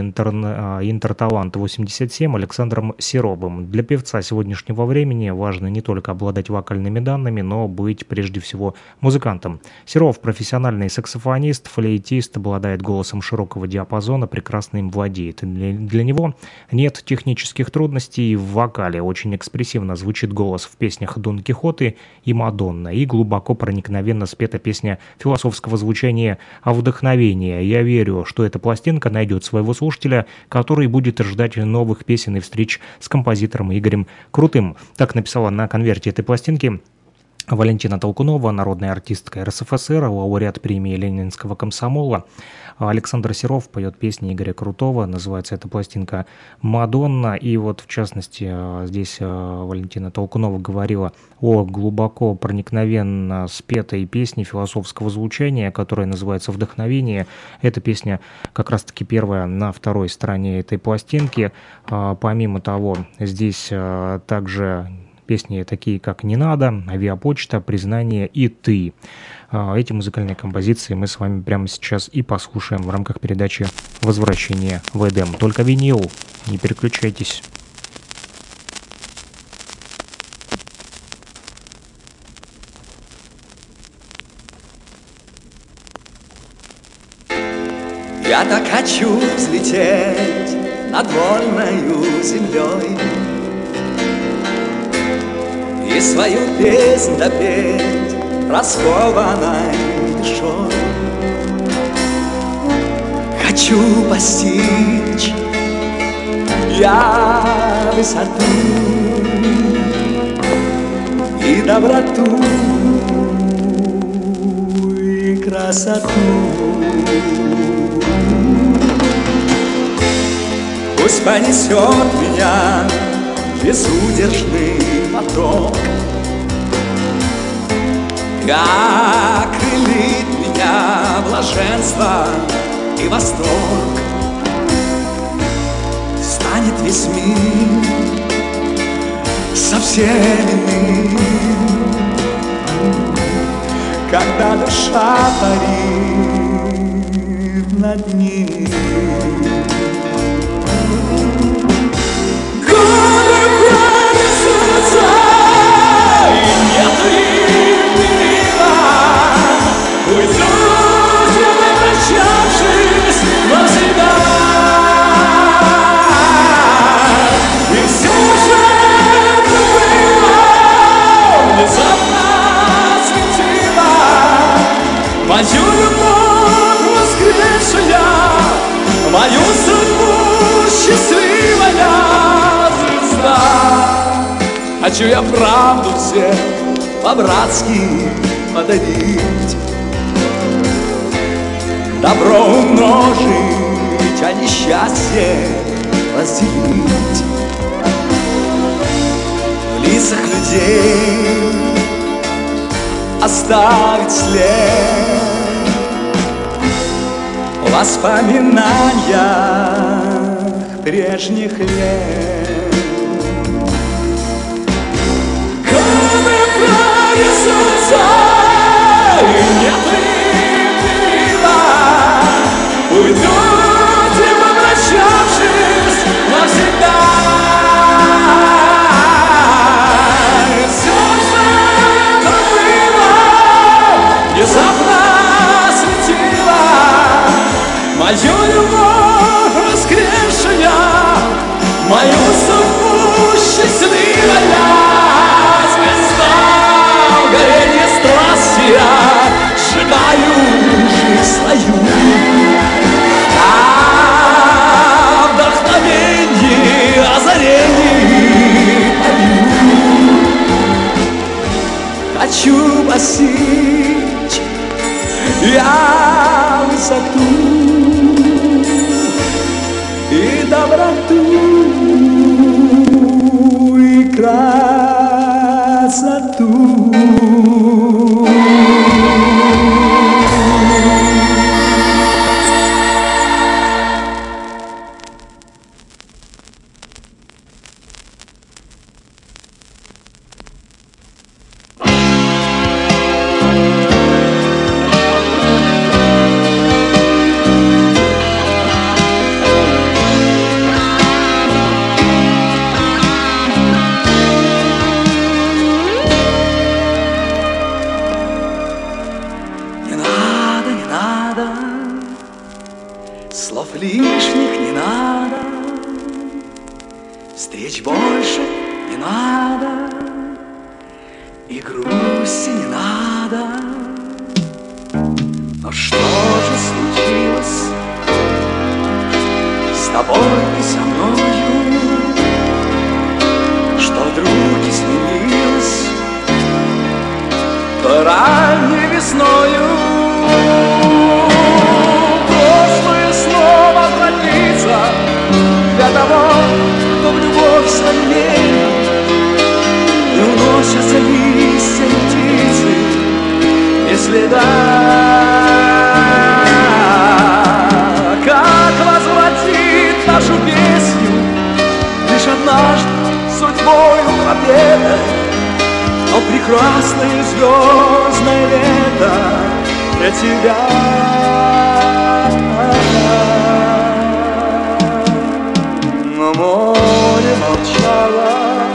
«Интерталант-восемьдесят семь» Александром Серовым. Для певца сегодняшнего времени важно не только обладать вокальными данными, но быть прежде всего музыкантом. Серов — профессиональный саксофонист, флейтист, обладает голосом широкого диапазона, прекрасно им владеет. Для, для него нет технических трудностей в вокале. Очень экспрессивно звучит голос в песнях Дон Кихоты и Мадонна, и глубоко проникновенно спета песня философского звучания о вдохновении. Я верю, что эта пластинка найдет своего слушателя, который будет ждать новых песен и встреч с композитором Игорем Крутым. Так написала на конверте этой пластинки Валентина Толкунова, народная артистка эр эс эф эс эр, лауреат премии Ленинского комсомола. Александр Серов поет песни Игоря Крутого. Называется эта пластинка «Мадонна». И вот, в частности, здесь Валентина Толкунова говорила о глубоко проникновенно спетой песне философского звучания, которая называется «Вдохновение». Эта песня как раз-таки первая на второй стороне этой пластинки. Помимо того, здесь также песни такие, как «Не надо», «Авиапочта», «Признание» и «Ты». Эти музыкальные композиции мы с вами прямо сейчас и послушаем в рамках передачи «Возвращение в Эдем». Только винил, не переключайтесь. Я так хочу взлететь над вольною землей и свою песнь допеть раскованной душой. Хочу постичь я высоту и доброту, и красоту. Пусть понесет меня безудержный поток, как крылит меня блаженство и восторг. Станет весь мир совсем иным, когда душа парит над ним. Годы пронесутся, и нет времени. Уйдут, не попрощавшись навсегда. И все же это было внезапно светило мою любовь воскресшая, мою судьбу счастливая звезда. Хочу я правду всем по-братски подарить, добро умножить, а несчастье разделить. в лицах людей оставить след. В воспоминаниях прежних лет. Годы пронесутся, и нет мира, уйдут и попрощавшись навсегда. Все, что это было, внезапно светило мою любовь воскресшая, мою судьбу счастливая. Звезда в горенье страсти, я сжигаю жизнь свою. А вдохновенье, озаренье пою. Хочу постичь я высоту и доброту, и красоту. Слов лишних не надо, встреч больше не надо, и грусти не надо. Но что же случилось с тобой и со мною, что вдруг изменилось ранней весною? Для того, кто в любовь свою верит, и уносятся листья и птицы без следа. Как возвратить нашу песню лишь однажды судьбою победой, но прекрасное звездное лето для тебя. Но море молчало,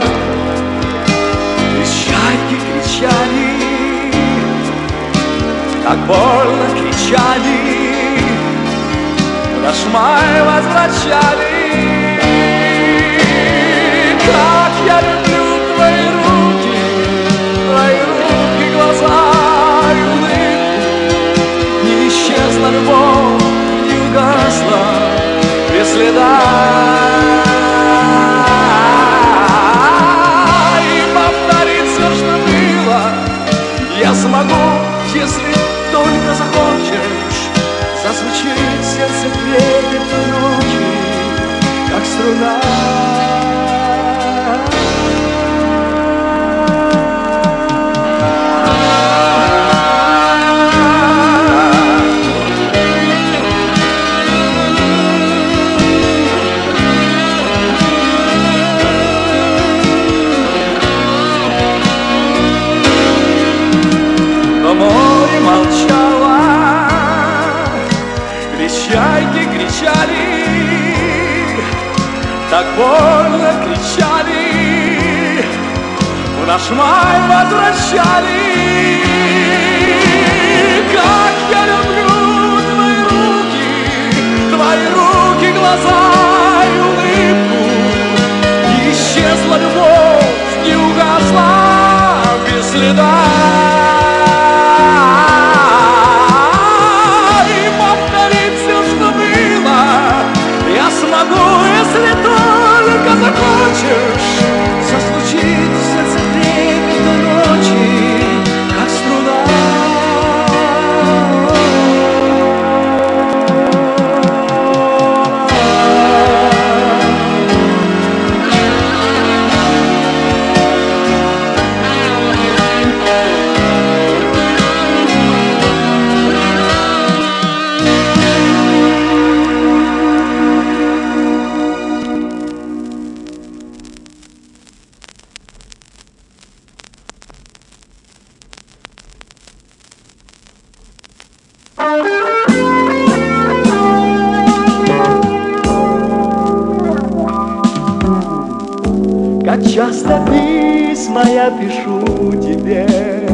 лишь чайки кричали, так больно кричали, в наш май возвращали. Как я люблю твои руки, твои руки, глаза и улыбку. Не исчезла любовь, не угасла без следа. Я смогу, если только захочешь, зазвучит сердце трепетной ночи, как струна. Море молчало, лишь чайки кричали, так больно кричали, в наш май возвращали. Как я люблю твои руки, твои руки, глаза и улыбку. Не исчезла любовь, не угасла без следа. Если только захочешь, зазвучит в сердце трепетной ночи, Как часто письма я пишу тебе,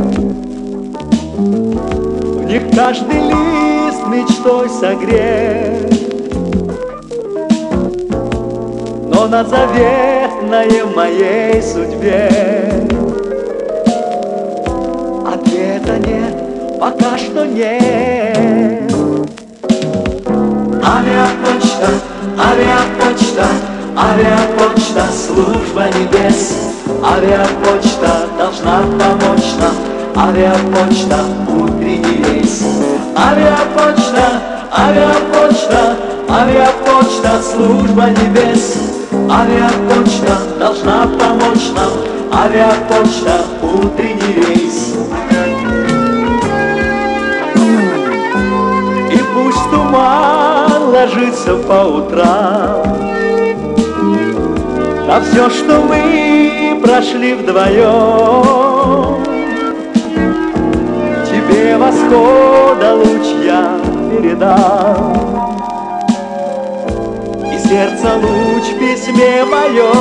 в них каждый лист мечтой согрет, но на заветной моей судьбе ответа нет, пока что нет. Авиапочта, авиапочта, авиапочта, служба небес. Авиапочта должна помочь нам, авиапочта, утренний рейс. Авиапочта, авиапочта, авиапочта, служба небес. Авиапочта должна помочь нам, авиапочта, утренний рейс. И пусть туман ложится по утрам на все, что мы прошли вдвоем, тебе восхода луч я передам, и сердце луч в письме моем.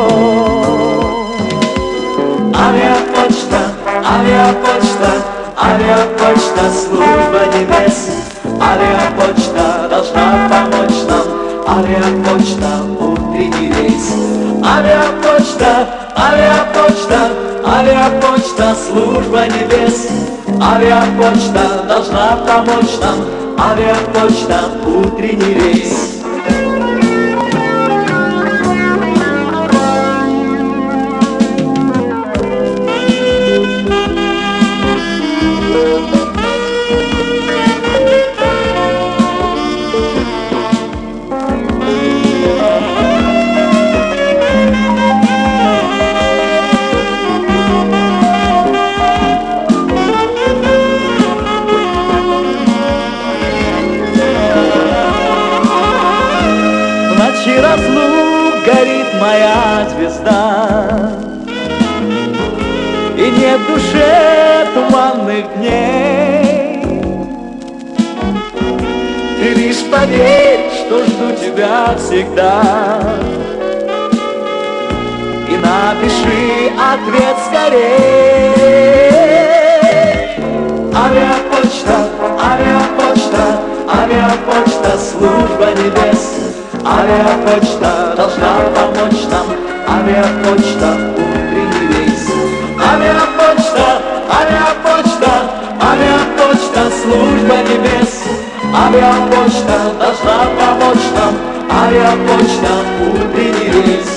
Авиапочта, авиапочта, авиапочта, служба небес. Авиапочта должна помочь нам, авиапочта, утренний рейс. Авиапочта, авиапочта, авиапочта, служба небес. Авиапочта должна помочь нам, авиапочта, утренний рейс. Разлук горит моя звезда, и нет в душе туманных дней. Ты лишь поверь, что жду тебя всегда, и напиши ответ скорей. Авиапочта, авиапочта, авиапочта, служба небес. Авиапочта должна помочь нам, авиапочта, утренний рейс. Авиапочта, авиапочта, авиапочта, служба небес. Авиапочта должна помочь нам, авиапочта, утренний рейс.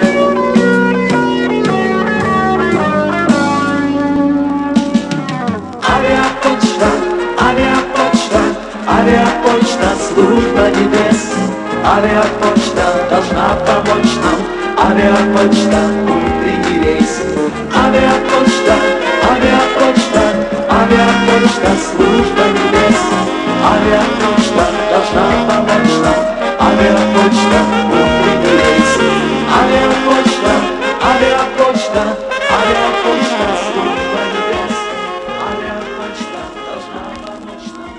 Авиапочта, авиапочта, авиапочта, служба небес. Авиапочта должна помочь нам, авиапочта, утренний рейс. Авиапочта, авиапочта, авиапочта, служба небес. Авиапочта должна помочь нам, авиапочта, утренний рейс. Авиапочта, авиапочта, авиапочта, служба небес. Авиапочта должна помочь нам.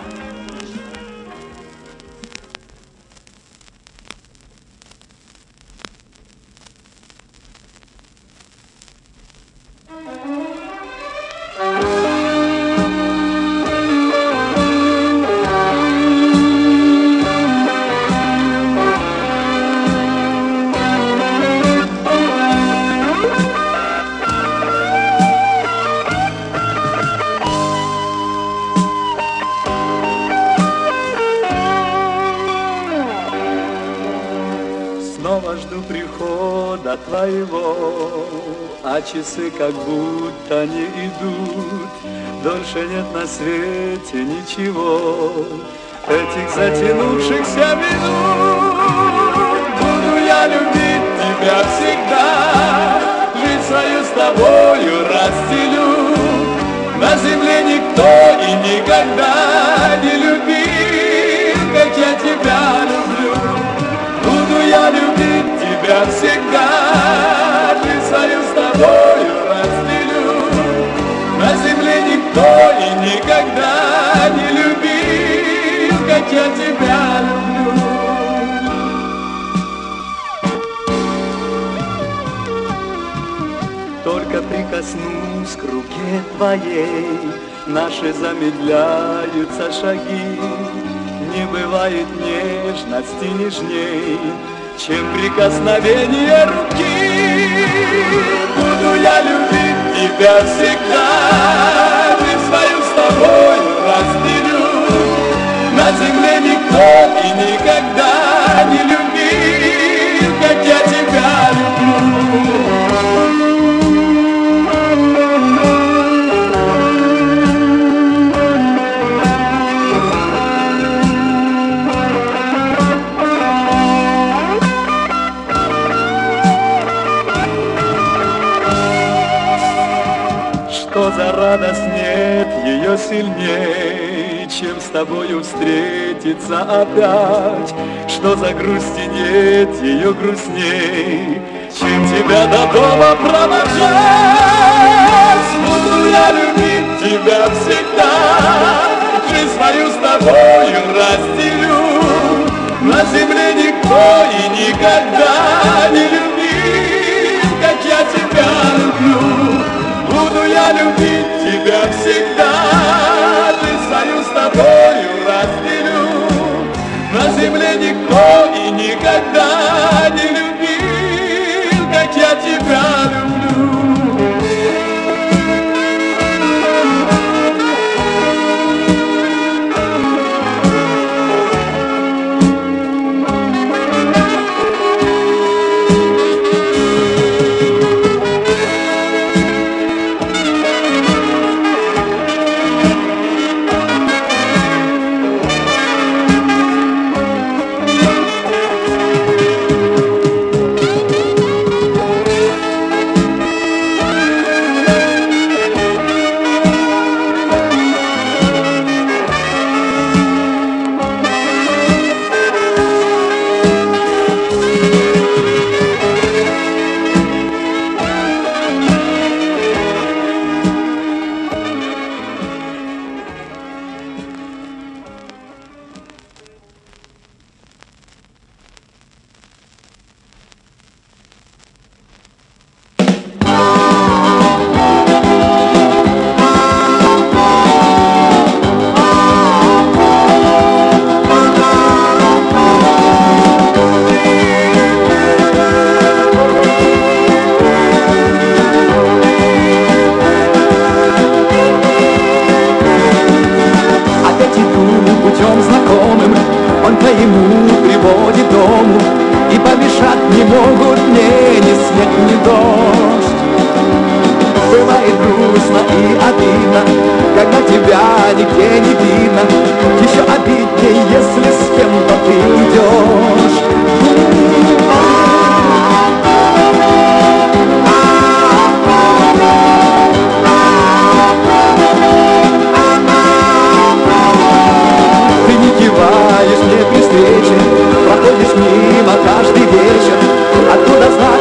Снова жду прихода твоего, а часы как будто не идут. Дольше нет на свете ничего, этих затянувшихся минут. Буду я любить тебя всегда, жизнь свою с тобою разделю. На земле никто и никогда не любил, как я тебя люблю. Буду я любить тебя всегда, жизнь свою с тобою разделю. На земле никто и никогда не любил, как я тебя люблю. прикоснусь к руке твоей, наши замедляются шаги. Не бывает нежности нежней, чем прикосновение руки. Буду я любить тебя всегда, жизнь свою с тобой разделю. На земле никто и никогда не любил, как я тебя люблю. Что за радость, нет ее сильней, чем с тобою встретиться опять. Что за грусти, нет ее грустней, чем тебя до дома провожать. Буду я любить тебя всегда, жизнь свою с тобою разделю. На земле никто и никогда не любил, как я тебя люблю. Буду я любить тебя всегда, жизнь свою с тобою разделю. На земле никто и никогда не любил, как я тебя люблю.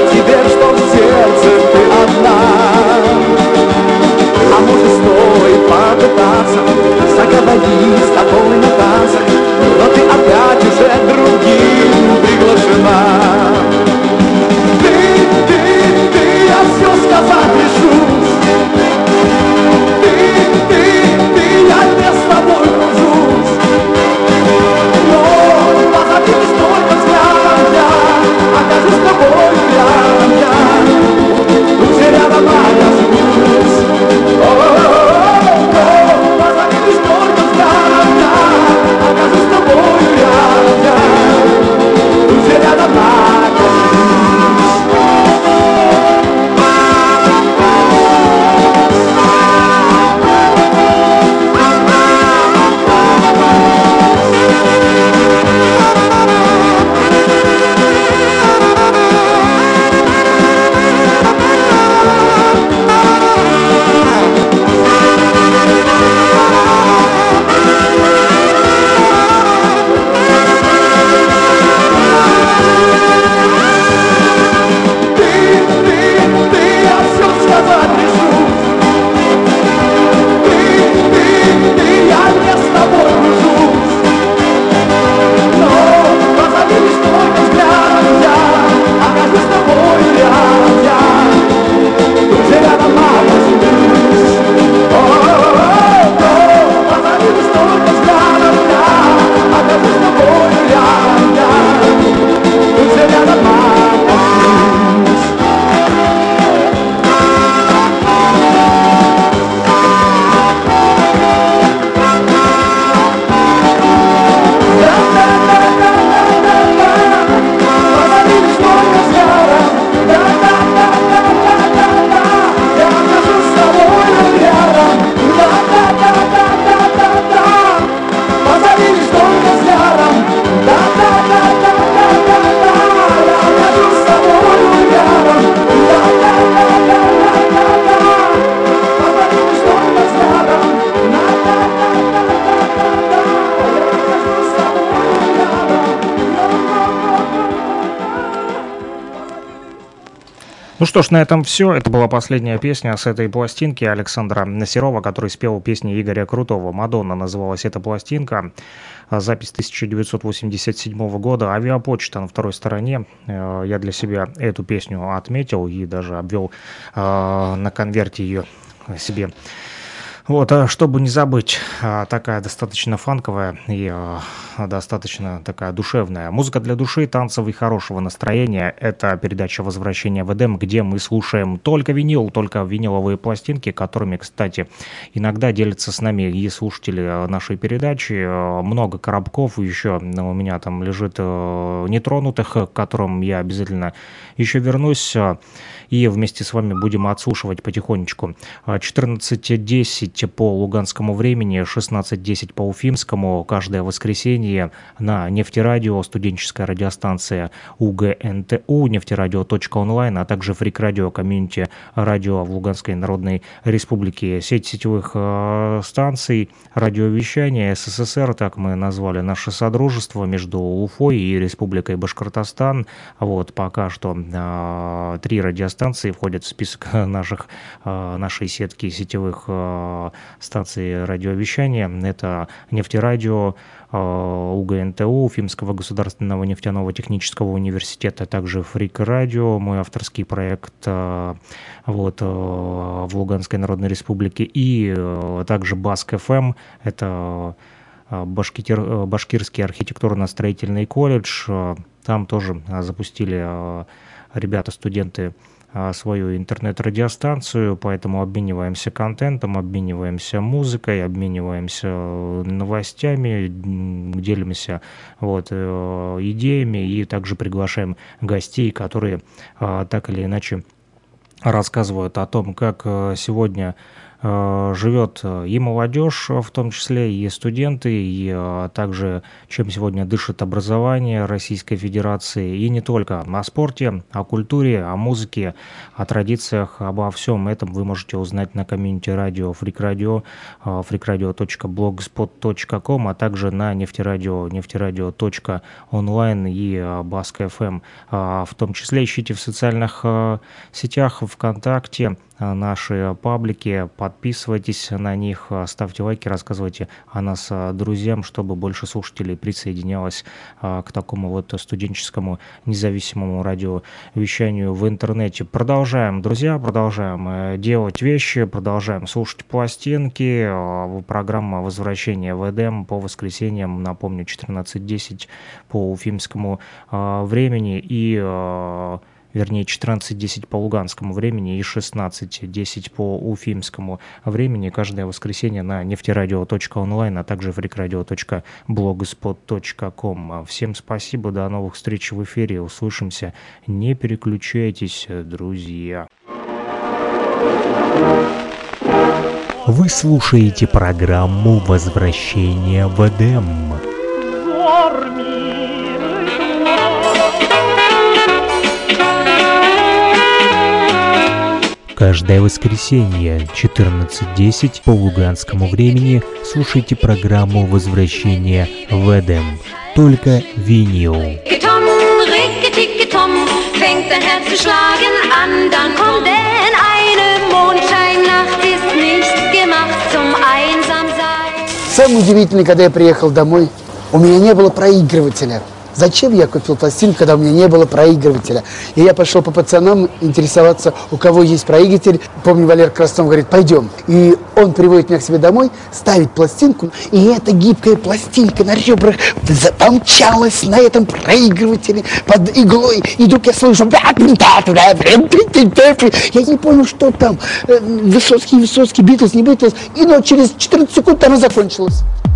Стоит Ну что ж, на этом все. Это была последняя песня с этой пластинки Александра Серова, который спел песни Игоря Крутого. «Мадонна» называлась эта пластинка. Запись тысяча девятьсот восемьдесят седьмого года. «Авиапочта» на второй стороне. Я для себя эту песню отметил и даже обвел на конверте ее себе. Вот, чтобы не забыть, такая достаточно фанковая и достаточно такая душевная музыка для души, танцев и хорошего настроения. Это передача «Возвращение в Эдем», где мы слушаем только винил, только виниловые пластинки, которыми, кстати, иногда делятся с нами и слушатели нашей передачи. Много коробков еще у меня там лежит нетронутых, к которым я обязательно еще вернусь и вместе с вами будем отслушивать потихонечку. четырнадцать десять по луганскому времени, шестнадцать десять по уфимскому, каждое воскресенье на Нефтерадио, студенческая радиостанция УГНТУ, нефтерадио точка онлайн, а также Фрик-радио, комьюнити радио в Луганской Народной Республике. Сеть сетевых э, станций радиовещания СССР, так мы назвали наше содружество между Уфой и Республикой Башкортостан. Вот, пока что э, три радиостанции входят в список наших, э, нашей сетки сетевых э, станций радиовещания. Это Нефтерадио, УГНТУ, Уфимского государственного нефтяного технического университета, также Фрик-радио, мой авторский проект вот, в Луганской Народной Республике, и также Баск-ФМ, это Башкир, Башкирский архитектурно-строительный колледж. Там тоже запустили ребята, студенты, свою интернет-радиостанцию, поэтому обмениваемся контентом, обмениваемся музыкой, обмениваемся новостями, делимся вот, идеями и также приглашаем гостей, которые так или иначе рассказывают о том, как сегодня живет и молодежь, в том числе и студенты, и также чем сегодня дышит образование Российской Федерации, и не только о спорте, о культуре, о музыке, о традициях, обо всем этом вы можете узнать на комьюнити радио Фрик-радио, фрик-радио точка блогспот точка ком, а также на Нефтерадио, нефтерадио точка онлайн и Баск-ФМ. В том числе ищите в социальных сетях, ВКонтакте, наши паблики, подписывайтесь на них, ставьте лайки, рассказывайте о нас друзьям, чтобы больше слушателей присоединялось к такому вот студенческому независимому радиовещанию в интернете. Продолжаем, друзья, продолжаем делать вещи, продолжаем слушать пластинки. Программа «Возвращение в Эдем» по воскресеньям, напомню, четырнадцать десять по уфимскому времени и... вернее, четырнадцать десять по луганскому времени и шестнадцать десять по уфимскому времени, каждое воскресенье на нефтерадио точка онлайн, а также фрик-радио точка блогспот точка ком. Всем спасибо, до новых встреч в эфире, услышимся, не переключайтесь, друзья. Вы слушаете программу «Возвращение в Эдем». Каждое воскресенье, четырнадцать десять по луганскому времени, слушайте программу «Возвращение в Эдем». Только винил. Самое удивительное, когда я приехал домой, у меня не было проигрывателя. Зачем я купил пластинку, когда у меня не было проигрывателя? И я пошел по пацанам интересоваться, у кого есть проигрыватель. Помню, Валер Краснов говорит, пойдем. И он приводит меня к себе домой, ставит пластинку, и эта гибкая пластинка на ребрах помчалась на этом проигрывателе под иглой. И вдруг я слышу... Я не понял, что там. Высоцкий, Высоцкий, Битлз, не Битлз. И ну, через четырнадцать секунд она закончилась.